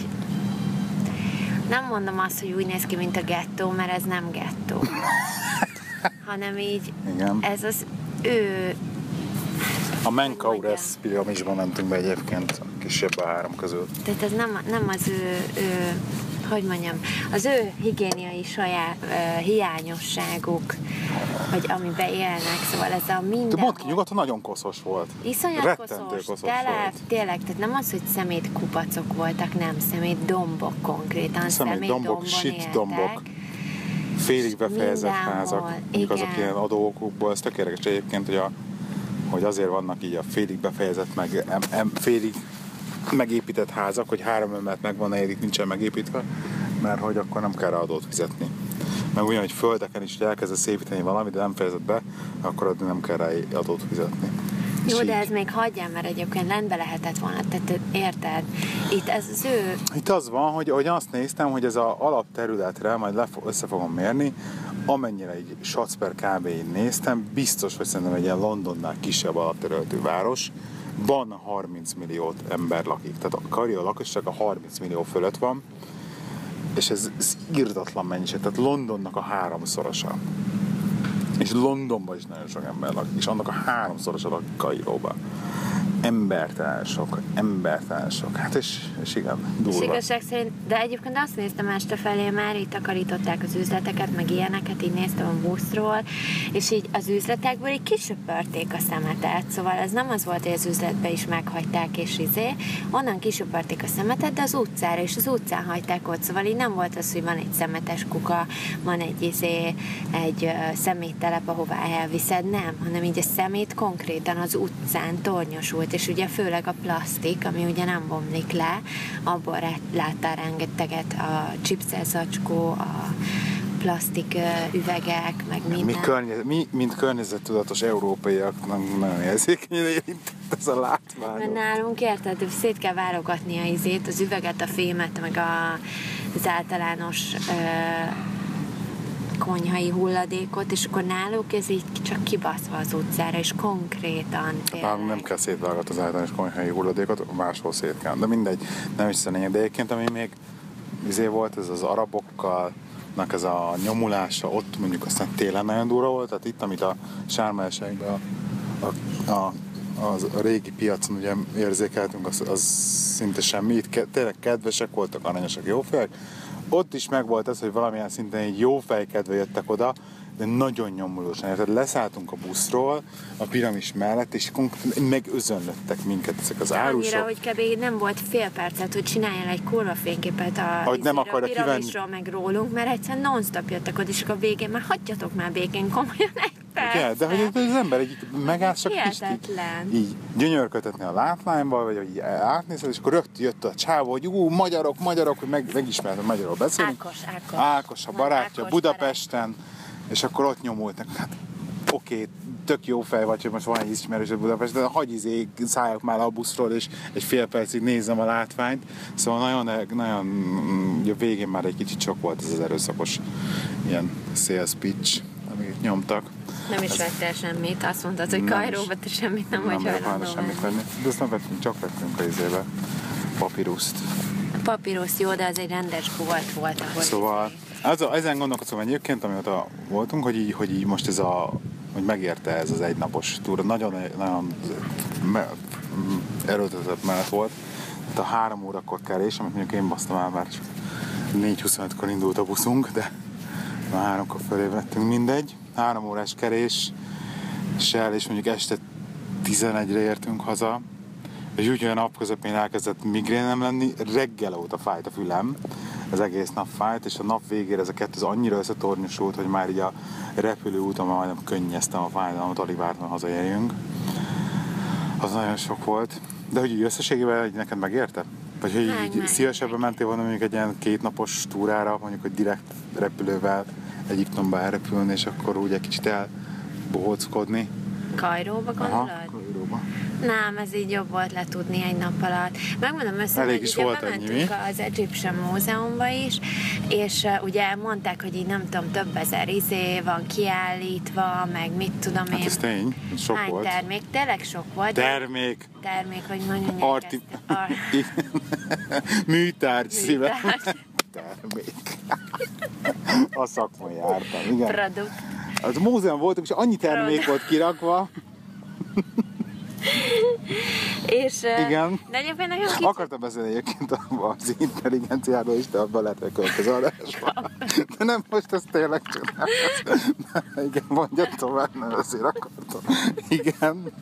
nem mondom azt, hogy úgy néz ki, mint a gettó, mert ez nem gettó. hanem így
igen.
Ez az ő...
A Menkaures piramisban mentünk be egyébként, kisebb a három közül.
Tehát ez nem, nem az ő, ő, hogy mondjam, az ő higiéniai saját uh, hiányosságuk, vagy amiben élnek, szóval ez a minden...
De mondd ki, nyugodtan nagyon koszos volt.
Iszonyat koszos,
koszos
tele,
volt.
tényleg, tehát nem az, hogy szemét kupacok voltak, nem, szemét dombok konkrétan, szemét, szemét dombok,
shit dombok, félig befejezett házak, mondjuk azok ilyen adóokból, ez tök érdekes egyébként, hogy, a, hogy azért vannak így a félig befejezett, meg em, em, félig megépített házak, hogy három emelet megvan, negyedik nincsen megépítve, mert hogy akkor nem kell rá adót fizetni. meg ugyan, hogy földeken is elkezdesz építeni valamit, de nem fejezed be, akkor addig nem kell rá adót fizetni.
Jó,
És
de
így.
ez még hagyjál, mert egyébként lentbe lehetett volna, tehát érted? Itt ez az ő...
Itt az van, hogy, hogy azt néztem, hogy ez az alapterületre, majd lefo- össze fogom mérni, amennyire egy satsz per kb. Én néztem, biztos, hogy szerintem egy ilyen Londonnál kisebb alapterületű város, van harminc millió ember lakik, tehát a Karrió lakosság a harminc millió fölött van, és ez, ez irdatlan mennyiség, tehát Londonnak a háromszorosa. És Londonban is nagyon sok ember lakik, és annak a háromszorosa lakik Kairóban. Embertelen sok, embertelen sok. Hát és, és igen, durva.
És igazság szerint, de egyébként azt néztem este felé, már itt takarították az üzleteket, meg ilyeneket, így néztem a buszról, és így az üzletekből így kisöpörték a szemetet, szóval ez nem az volt, hogy az üzletbe is meghagyták, és izé, onnan kisöpörték a szemetet, de az utcára, és az utcán hagyták ott, szóval így nem volt az, hogy van egy szemetes kuka, van egy izé, egy uh, szeméttelep, ahová elviszed, nem, hanem így a szemét konkrétan az utcán tornyosult, és ugye főleg a plasztik, ami ugye nem bomlik le, abból láttál rengeteget, a chipszacskó, a plastik üvegek, meg minden.
Mi, környezet, mi mint környezettudatos európaiaknak nagyon érzékenyen érintett ez a látvány.
Mert nálunk érted, szét kell válogatni a izét, az üveget, a fémet, meg a, az általános ö, konyhai hulladékot, és akkor náluk ez így csak kibaszva az utcára, és konkrétan
Nálunk nem kell szétválogatni az általános konyhai hulladékot, máshol szét kell. De mindegy, nem is lényeg. De egyébként, ami még izé volt, ez az arabokkal, ez a nyomulása, ott mondjuk aztán télen nagyon durva volt, tehát itt, amit a Sármelségben a, a, a, az, a régi piacon ugye érzékeltünk, az, az szinte semmi, itt ke, tényleg kedvesek voltak, aranyosak, jófejek. Ott is megvolt az, hogy valamilyen szinten egy jó fejkedve jöttek oda, de nagyon nyomulósan. Tehát leszálltunk a buszról, a piramis mellett, és megözönlöttek minket ezek az árusok.
Annyira, hogy kb. Nem volt fél percet, hogy csináljál egy kurva fényképet a,
hogy nem
a
kivenni.
piramisról, meg rólunk, mert egyszerűen non-stop jöttek oda, és akkor a végén már hagyjatok már békén, komolyan egy perc.
Yeah, de hogy az ember egy megállt csak kicsit így, így gyönyörködtetni a látványba, vagy hogy átnézed, és akkor rögtön jött a csávó, hogy ú, magyarok, magyarok, hogy meg, megismertem, magyarról beszélünk.
Ákos, Ákos.
Ákos, a barátja,
Ákos
Budapesten, barát. És akkor ott nyomultak. Hát oké, okay, tök jó fej vagy, hogy most van egy ismerős Budapest, de hagyj izé, szálljak már a buszról, és egy fél percig nézzem a látványt. Szóval nagyon, nagyon, a végén már egy kicsit sok volt ez az erőszakos ilyen sales pitch, amit nyomtak.
Nem is vettél semmit, azt mondtad, hogy Kairóba te semmit nem, nem vagy hajlandó
semmit venni. De azt nem vettünk, csak vettünk a izébe papíruszt.
A papírusz jó, de az egy rendes bolt volt, ahol
szóval az a, ezen gondolkozom egyébként, amióta voltunk, hogy így, hogy így most ez a, hogy megérte ez az egynapos túra. Nagyon, nagyon erőltetett mellett volt. Tehát a három órakor kerés, amit mondjuk én basztam el, bár csak négy huszonötkor indult a buszunk, de a háromkor fölé vettünk, mindegy. Három órás kerés, sel, és mondjuk este tizenegyre értünk haza, és úgy, hogy a nap közepén elkezdett migrénem lenni, reggel óta fájt a fülem, az egész nap fájt, és a nap végére ez a kettő annyira összetornyosult, hogy már így a repülőúton majdnem könnyeztem a fájdalmat, alig vártam, hogy hazaérjünk. Az nagyon sok volt. De hogy így összességében hogy neked megérte? Vagy hogy
meg,
így
meg,
szívesebben
meg.
mentél volna mondjuk egy ilyen kétnapos túrára, mondjuk, hogy direkt repülővel Egyiptomba elrepülni, és akkor úgy egy kicsit elbohóckodni.
Kairóba gondolod?
Aha, Kairóba.
Nem, ez így jobb volt letudni egy nap alatt. Megmondom össze,
Elég
hogy
is
ugye
volt
bementünk
ennyi,
az Egyiptian Múzeumba is, és uh, ugye mondták, hogy így nem tudom, több ezer izé van kiállítva, meg mit tudom én.
Hát ez tény, sok
Hány
volt.
termék, tényleg sok volt.
Termék.
Termék, vagy mondjuk
Arti...
Ar...
Műtárgy szíve.
Műtárgy.
Termék. A szakmai jártam, igen.
Produkt.
Az múzeum voltunk, és annyi termék volt kirakva.
És,
igen.
De egyébként nagyon kicsit...
Akartam beszélni egyébként az intelligenciáról is, de abban lehet, hogy következő adásban. De nem most, ez tényleg csinálsz. Igen, mondjad tovább, nem azért akartam. Igen.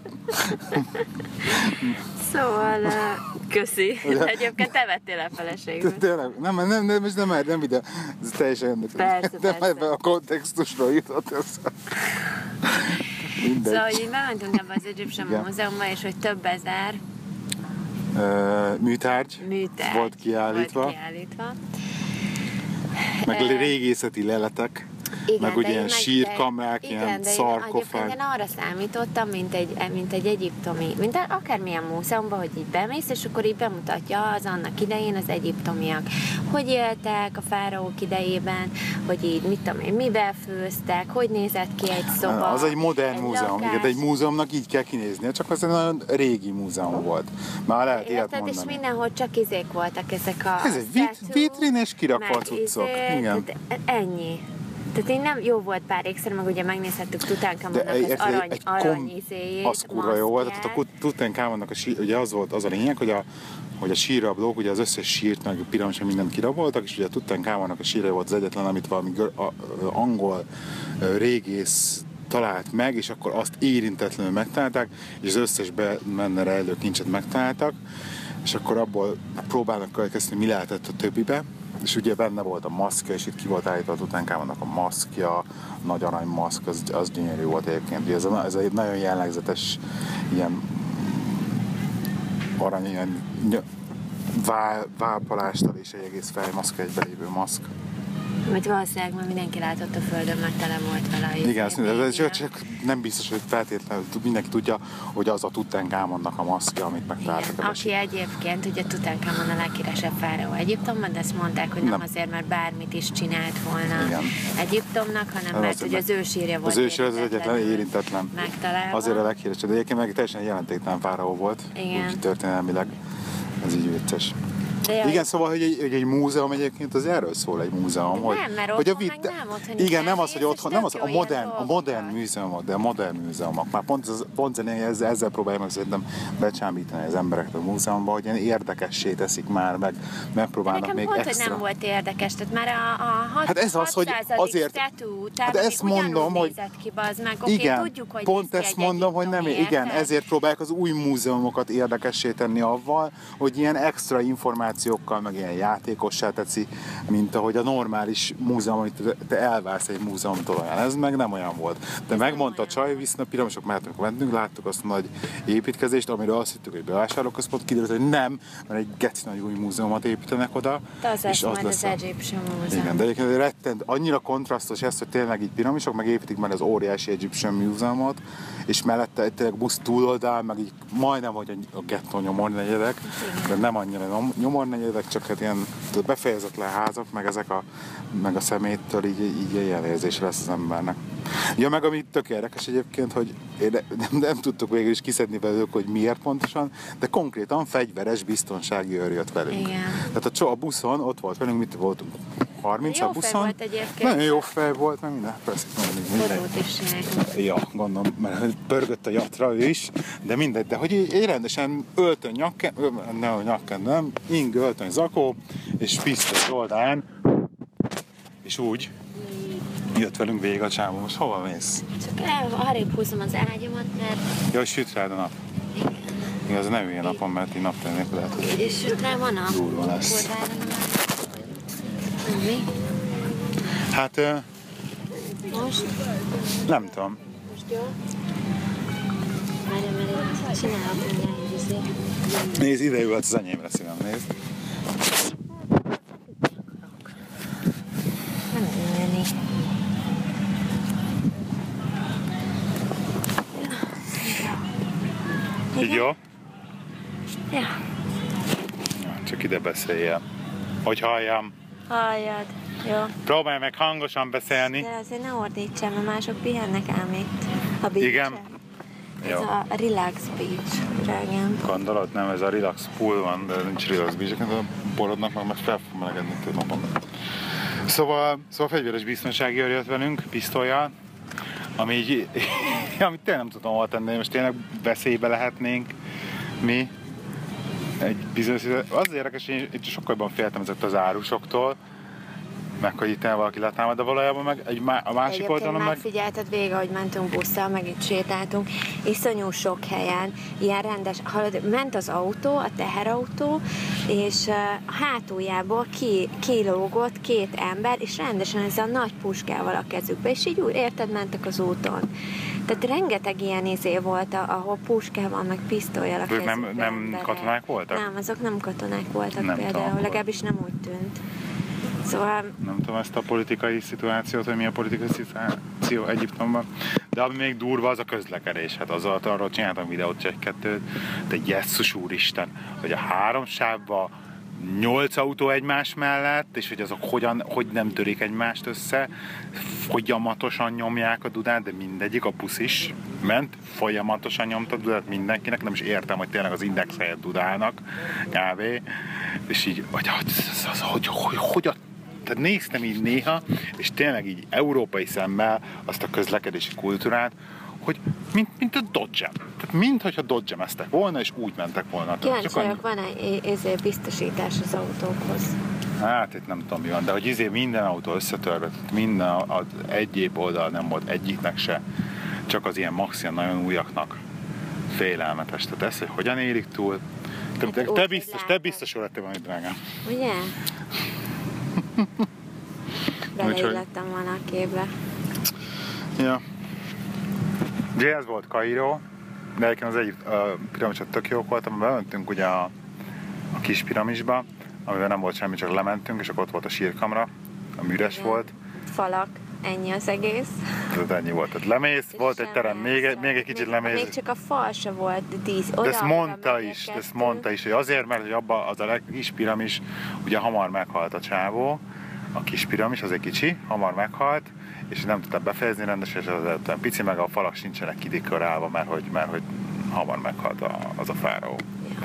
Szóval, uh, köszi. De egyébként te vettél a feleségül.
Tényleg, nem, nem, nem, most nem, nem ide. Ez teljesen...
Persze,
de
persze.
ebben a kontextusról jutott össze. Mindegy.
Szóval, hogy így bementünk ebbe az Egyiptian Múzeumba, és hogy több ezer
uh, műtárgy,
műtárgy
volt kiállítva.
Volt kiállítva.
Meg
Uh,
régészeti leletek.
Igen,
meg ugye ilyen
meg-
sírkamrák,
de-
ilyen
igen, de én
szarkofág.
egyébként én arra számítottam, mint egy, mint egy egyiptomi, mint akármilyen múzeumban, hogy így bemész, és akkor így bemutatja az annak idején az egyiptomiak, hogy éltek a fáraók idejében, hogy így mit tudom én, mivel főztek, hogy nézett ki egy szoba.
Az egy modern
egy
múzeum,
lakás.
igen, egy múzeumnak így kell kinéznie, csak az egy nagyon régi múzeum volt. Már lehet ilyet
Érted, és
mondani.
mindenhol csak izék voltak ezek a
Ez egy vit,
statue,
vitrin és kirakva
meg
cuccok.
izé,
Igen.
tehát ennyi. Tehát én nem jó volt pár ékszer, meg ugye megnézhettük Tutankamonnak
De
az
egy,
arany,
egy
arany
kom,
izéjét,
az kurva jó volt, tehát
maszkját.
a Tutankamonnak a sír, ugye az volt az a lényeg, hogy a, hogy a sírrablók, ugye az összes sírt, meg a piramis, mindent kiraboltak, és ugye a Tutankamonnak a sírja volt az egyetlen, amit valami gör, a, a, angol a, régész talált meg, és akkor azt érintetlenül megtalálták, és az összes benne rejlő kincset megtaláltak, és akkor abból próbálnak következni, mi lehetett a többibe, és ugye benne volt a maszkja, és itt ki volt állítva a Tutankamonnak a maszkja, a nagy arany maszk, az, az gyönyörű volt egyébként. Ugye ez, a, ez egy nagyon jellegzetes ilyen arany, ilyen vál, válpalástól és egy egész fejmaszk, egy belévő maszk.
Mert valószínűleg már mindenki látott a földön, mert tele volt vele.
Igen, azt mondja, ez csak, csak nem biztos, hogy feltétlenül mindenki tudja, hogy az a Tutankamonnak a maszkja, amit megtaláltak.
Aki egyébként, ugye Tutankamon a leghíresebb fáraó Egyiptomban, de ezt mondták, hogy nem,
Nem.
azért, mert bármit is csinált volna
Igen.
Egyiptomnak, hanem
Az
mert
azért,
hogy az ő sírja volt
Az ő sírja az egyetlen
érintetlenül
érintetlen.
megtalálva.
Azért a leghíresebb, de egyébként meg teljesen jelentéktelen fáraó volt.
Igen.
Úgy történelmileg. Ez így vicces.
De
Igen, szóval, hogy egy, hogy egy múzeum egyébként az erről szól egy múzeum.
De
hogy,
nem, mert
hogy a
otthon meg nem, otthon
Igen,
is
nem az, hogy
elmész,
otthon,
és
nem az,
tök
a
jó
modern,
ilyen
a modern
dolgokat.
múzeumok, de a modern múzeumok. Már pont, az, pont ezzel, ezzel próbálja meg szerintem becsábítani az embereket a múzeumban, hogy ilyen érdekessé teszik már, meg megpróbálnak
Nekem
még
pont,
extra.
hogy nem volt érdekes, tehát már a, a hat,
Hát ez az, hogy azért-
statue,
Hát
tehát
ezt mondom, hogy
ki, bazd meg. Oké,
igen,
tudjuk, hogy
pont
néz ki
ezt
egy
mondom, hogy nem,
egyiptomi,
igen,
érted?
ezért próbálják az új múzeumokat érdekessé tenni avval, hogy ilyen extra információkkal, meg ilyen játékossá teszi, mint ahogy a normális múzeum, amit te- te elvársz egy múzeumtól olyan. Ez meg nem olyan volt. De megmondta a csaj, viszont a piramisok mellett mentünk, láttuk azt a nagy építkezést, amiről azt hittük, hogy bevásárlóközpont, kiderült, hogy nem, mert egy geci nagy új múzeumot építenek oda.
De az lesz
és az
majd
lesz
az
a-
Egyiptian Múzeum.
Igen, de egyébként rettent, annyira kontrasztos ez, hogy tényleg így piramisok, meg építik már az óriási Egyiptian Múzeumot, és mellette egy tényleg busz túloldal, meg így majdnem, hogy a gettó nyomornegyedek, de nem annyira nyom- nyomornegyedek, csak hát ilyen tudod, befejezetlen házak, meg ezek a, meg a szeméttől így, így ilyen érzés lesz az embernek. Ja, meg ami tök érdekes egyébként, hogy én nem, nem tudtuk végül is kiszedni velük, hogy miért pontosan, de konkrétan fegyveres biztonsági őr jött velünk.
Igen.
Tehát a, cso- a buszon ott volt velünk, mit voltunk? harminc a
Jó fej
buszon.
volt egyébként.
Nagyon jó fej volt, meg minden. Persze, minden.
Fotót is csináltunk.
Ja, gondolom, mert pörgött a jatra ő is, de mindegy, de hogy így, így rendesen öltön nyakken, nem nyakken, nem, ing, öltön zakó, és pisztoly oldalán, és úgy jött velünk végig a csávó. Most hova mész?
Csak el, arrébb húzom az ágyamat, mert
Ja, hogy süt rád a nap. Igaz, nem ilyen napon, mert így naptelen nélkül lehet, hogy
és rá van a
durva lesz.
kurvára nem. Mi?
Hát, ö,
Most?
nem tudom.
Most jó? Várjál, mert én csinálok mindjárt egy izét.
Nézd, ide ült az enyémre szívem, nézd.
Nem ülni.
Így jó?
Ja,
Csak ide beszéljél. Hogy halljam.
halljad. Jó.
Próbálj meg hangosan beszélni.
De azért ne ordítsál, mert mások pihennek ám itt. A beach-en.
Igen.
Ez
Jó.
a relax beach, drágám.
Gondolod? Nem, ez a relax pool van, de nincs relax beach, a borodnak meg, meg fel fog melegedni több napon. Szóval, szóval fegyveres biztonsági őr jött velünk, pisztollyal, ami így, amit tényleg nem tudom hol tenni, most tényleg veszélybe lehetnénk mi. Egy bizonyos, az érdekes, hogy én, én sokkal jobban féltem ezektől az árusoktól, meg hogy itt valaki letámad, de valójában meg egy má, a másik
Egyébként
oldalon meg...
megfigyelted végig, ahogy mentünk busszal, meg itt sétáltunk, iszonyú sok helyen, ilyen rendes, hallod, ment az autó, a teherautó, és uh, a hátuljából ki, kilógott két ember, és rendesen ezzel a nagy puskával a kezükbe, és így úgy, érted, mentek az úton. Tehát rengeteg ilyen izé volt, ahol puskával, meg pisztollyal a
Ők
kezükbe.
nem, nem
emberek.
katonák voltak?
Nem, azok nem katonák voltak
Nem
például,
tudom,
legalábbis nem úgy tűnt. Szóval...
Nem tudom ezt a politikai szituációt, hogy mi a politikai szituáció Egyiptomban, de ami még durva, az a közlekedés. Hát az alatt arról csináltam videót, egy-kettőt, de jesszus úristen, hogy a három sávba nyolc autó egymás mellett, és hogy azok hogyan, hogy nem törik egymást össze, folyamatosan nyomják a dudát, de mindegyik, a busz is ment, folyamatosan nyomta a dudát mindenkinek, nem is értem, hogy tényleg az Index helyett dudálnak, kb. És így, hogy, hogy, hogy, hogy, hogy a tehát néztem így néha, és tényleg így európai szemmel azt a közlekedési kultúrát, hogy mint, mint a Dodge-em. Tehát minthogyha Dodge-emeztek volna, és úgy mentek volna.
Kíváncsi vagyok, van egy biztosítás az autókhoz?
Hát itt nem tudom mi van, de hogy izé minden autó összetörve, minden az egyéb oldal nem volt egyiknek se, csak az ilyen maximum nagyon újaknak félelmetes. Tehát ez, hogy hogyan érik túl. Te,
Hát
te,
úgy,
te biztos,
hogy
te biztos jól lettél valami, drágám.
Ugye? Beleillettem volna a képbe.
Ja. Ugye ez volt Kairó, de egyébként az egyik piramisok tök jók voltam, bementünk ugye a, a kis piramisba, amiben nem volt semmi, csak lementünk, és akkor ott volt a sírkamra, ami üres
Igen.
volt.
Falak, ennyi az egész.
Tehát ennyi volt. Tehát lemész,
És
volt egy terem, még,
extra.
még egy kicsit
még,
lemész.
Még csak a fal se volt dísz.
De ezt mondta is, de ezt mondta is, hogy azért, mert hogy abba az a kis piramis, ugye hamar meghalt a csávó, a kis piramis, az egy kicsi, hamar meghalt, és nem tudta befejezni rendesen, és az olyan pici, meg a falak sincsenek kidekorálva, mert hogy, mert hogy hamar meghalt a, az a fáraó.
Ja.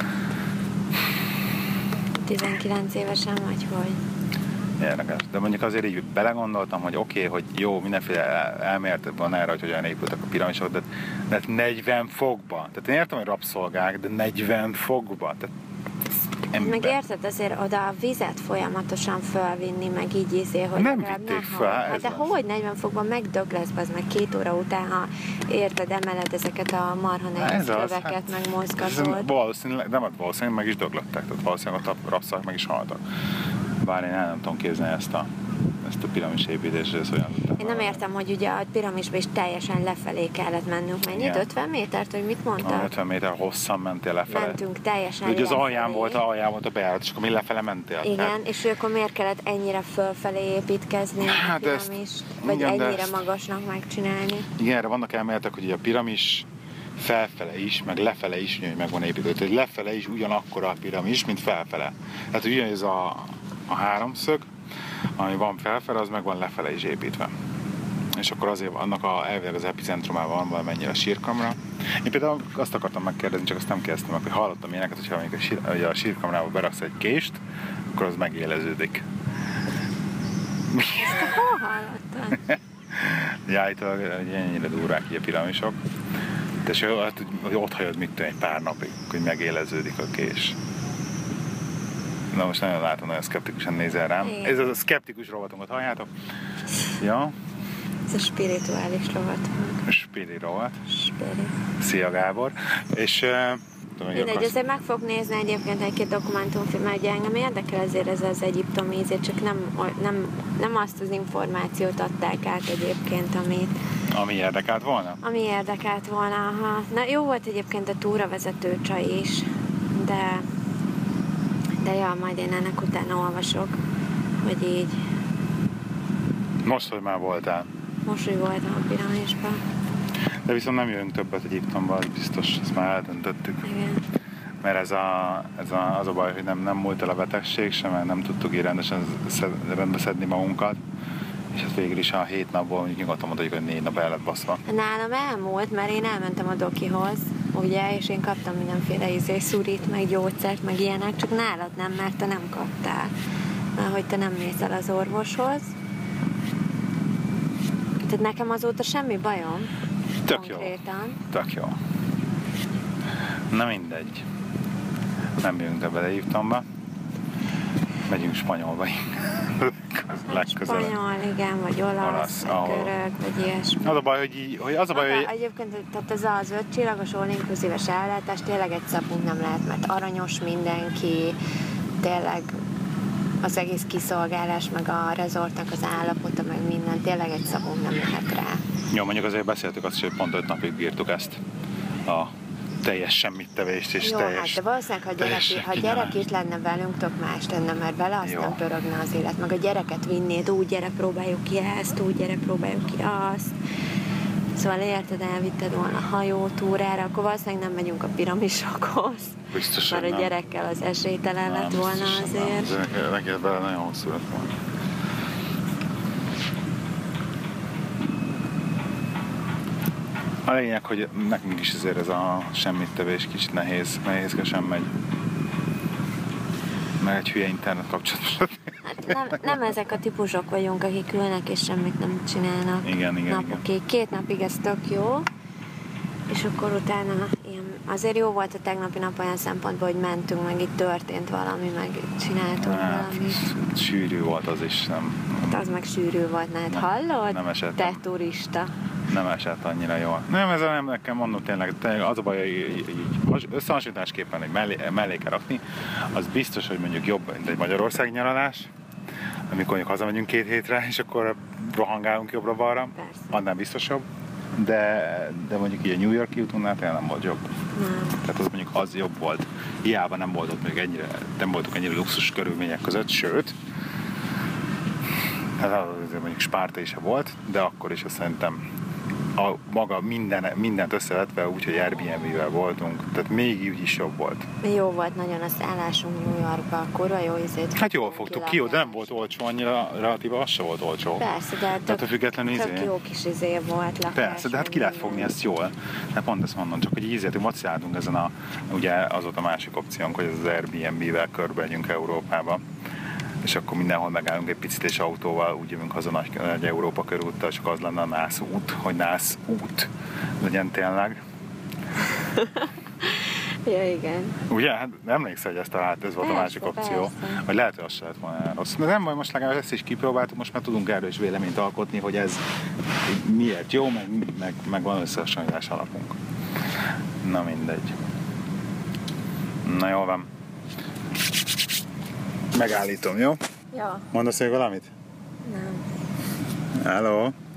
tizenkilenc évesen vagy hogy?
Érdekes. De mondjuk azért így belegondoltam, hogy oké, okay, hogy jó, mindenféle elméleted van erre, hogy hogyan épültek a piramisok, de, de negyven fokban. Tehát én értem, hogy rabszolgák, de negyven fokban. Tehát ember.
Meg érted, azért oda a vizet folyamatosan fölvinni, meg így izé, hogy
nem
legalább
vitték
ne
fel,
hal. Hát
ez
de
az.
hogy negyven fokban megdög lesz, az meg két óra után, ha érted, emeled ezeket a marha nehéz köveket, hát, meg mozgatod.
Valószínűleg, nem, valószínűleg meg is döglöttek, tehát valószínűleg a rabszolgák meg is haltak. Bár én el nem tudom képzelni ezt a, ezt a piramis építést, ez olyan.
Én nem értem, hogy ugye a piramisba is teljesen lefelé kellett mennünk. Mennyit?
Igen.
ötven métert, hogy mit mondtál?
ötven méter hosszan mentél lefelé.
Mentünk teljesen
ugye az
lefelé.
alján volt, alján volt a bejárat, és akkor mi lefele mentél.
Igen,
tehát...
és akkor miért kellett ennyire fölfelé építkezni
Hát
a piramist?
ezt,
Vagy
igen, de
ennyire
ezt...
magasnak megcsinálni?
Igen, erre vannak elméletek, hogy a piramis felfele is, meg lefele is ugyanúgy meg van építve. Tehát lefele is ugyanakkora a piramis, mint felfele. Tehát ugyanez a, a háromszög, ami van felfele, az meg van lefele is építve. És akkor azért annak a, elvileg az epicentrumában van valamennyire a sírkamra. Én például azt akartam megkérdezni, csak azt nem kérdeztem meg, hogy hallottam ilyeneket, hogyha a, sír, a sírkamrába beraksz egy kést, akkor az megéleződik.
Ezt te hol hallottad?
Állítólag ennyire durvák így a piramisok. És hát, hogy ott hagyod mit tudom, egy pár napig, hogy megéleződik a kés. Na most nagyon látom, nagyon szkeptikusan nézel rám.
Igen.
Ez a szkeptikus rovatunkat halljátok? Ja.
Ez a spirituális rovatunk.
Spiri rovat.
Spiri.
Szia Gábor. És... Uh,
Mindegy,
akarsz...
azért meg fog nézni egyébként egy-két dokumentumfilmet, hogy engem érdekel azért ez az egyiptomi ízét, csak nem, nem, nem azt az információt adták át egyébként, amit...
Ami érdekelt volna?
Ami érdekelt volna, aha. Na jó volt egyébként a túravezető csaj is, de... De ja, majd én ennek utána olvasok, hogy így...
Most, hogy már voltál.
Most, hogy voltam a piramisban.
De viszont nem jövünk többet Egyiptomba, az biztos, ezt már eldöntöttük.
Igen.
Mert ez, a, ez a, az a baj, hogy nem, nem múlt el a betegség sem, mert nem tudtuk így rendesen szed, rendbe szedni magunkat. És ez végül is a hét napból mondjuk nyugodtan mondjuk, hogy négy nap el lett baszva.
Nálam elmúlt, mert én elmentem a dokihoz, ugye, és én kaptam mindenféle izé, szurit, meg gyógyszert, meg ilyenek, csak nálad nem, mert te nem kaptál. Mert hogy te nem mész el az orvoshoz. Tehát nekem azóta semmi bajom.
Tök jó.
Konkrétan.
Tök jó. Na mindegy. Nem jövünk többet Egyiptomba. Megyünk spanyolba. Legközelebb.
Spanyol, igen, vagy olasz,
Olasz,
vagy
ahol...
görög, vagy ilyesmi.
Az a baj, hogy, így, hogy az a baj,
Az
hogy...
a, egyébként tehát ez az öt csillagos all-inclusive-es ellátás tényleg egy szabunk nem lehet, mert aranyos mindenki, tényleg az egész kiszolgálás, meg a rezortnak az állapota, meg minden, tényleg egy szabunk nem lehet rá.
Jó, mondjuk azért beszéltük azt, hogy pont öt napig bírtuk ezt a teljes semmit tevést és
Jó,
teljes...
hát de valószínűleg, ha gyerek, ha gyerek itt lenne velünk, tök más tenne, mert vele azt
Jó.
nem pörögne az élet. Meg a gyereket vinnéd, úgy gyere, próbáljuk ki ezt, úgy gyere, próbáljuk ki azt. Szóval érted, elvitted volna hajótúrára, akkor valószínűleg nem megyünk a piramisokhoz.
Biztos,
mert
hogy
a
nem.
gyerekkel az esélytelen lett volna
biztos, hogy nem.
azért.
De neki ez vele nagyon hosszú lett volna. A lényeg, hogy nekünk is azért ez a semmit tevés kicsit nehéz, nehézkesen megy. Mert egy hülye internet kapcsolatos.
Hát nem, nem ezek a típusok vagyunk, akik ülnek és semmit nem csinálnak
Igen, igen,
napokig. Igen. Két napig ez tök jó, és akkor utána ilyen, azért jó volt a tegnapi nap olyan szempontból, hogy mentünk, meg itt történt valami, meg itt csináltunk
Hát,
valamit.
sűrű volt az is, nem,
Hát az meg sűrű volt, hát hallod?
nem esett.
Te turista.
nem esett annyira jól. Nem, ezzel nem nekem mondom tényleg, tényleg az a baj, hogy így, így összehasonlításképpen egy mellé, mellé kell rakni, az biztos, hogy mondjuk jobb, mint egy Magyarország nyaralás, amikor mondjuk hazamegyünk két hétre, és akkor rohangálunk jobbra-balra, annál biztos jobb, de, de mondjuk így a New York-i útunknál tényleg nem volt jobb.
Nem.
Tehát az mondjuk az jobb volt. Hiába nem volt ott még ennyire, nem voltunk ennyire luxus körülmények között, sőt, hát azért mondjuk Spárta is volt, de akkor is azt szerintem a maga minden, mindent összevetve úgy, hogy Airbnb-vel voltunk, tehát még így is jobb volt.
Jó volt nagyon a szállásunk New Yorkba, kurva jó ízét.
Hát jól fogtuk ki, de nem volt olcsó annyira, relatíva az se volt olcsó.
Persze, de hát
Tehát a függetlenül
tök
izé.
jó kis izé volt lakás.
Persze, de hát ki lehet fogni ezt jól. Hát pont ezt mondom, csak hogy így ízéltünk, vaciláltunk ezen a, ugye az volt a másik opciónk, hogy az Airbnb-vel körbejönjünk Európába. És akkor mindenhol megállunk egy picit, és autóval úgy jövünk haza nagy, nagy Európa körúttal, csak az lenne a nász út, hogy nász út legyen tényleg.
Ja, igen.
Ugye? Hát emlékszel, hogy ezt talált, ez volt
Persze,
a másik opció.
persze.
Vagy lehet, hogy az se lett volna rossz. De nem baj, most legalább ezt is kipróbáltuk, most már tudunk erről is véleményt alkotni, hogy ez miért jó, meg, meg, meg van összehasonlítás alapunk. Na mindegy. Na jól van. Megállítom, jó?
Ja,
Mondasz még valamit?
nem.
Hello?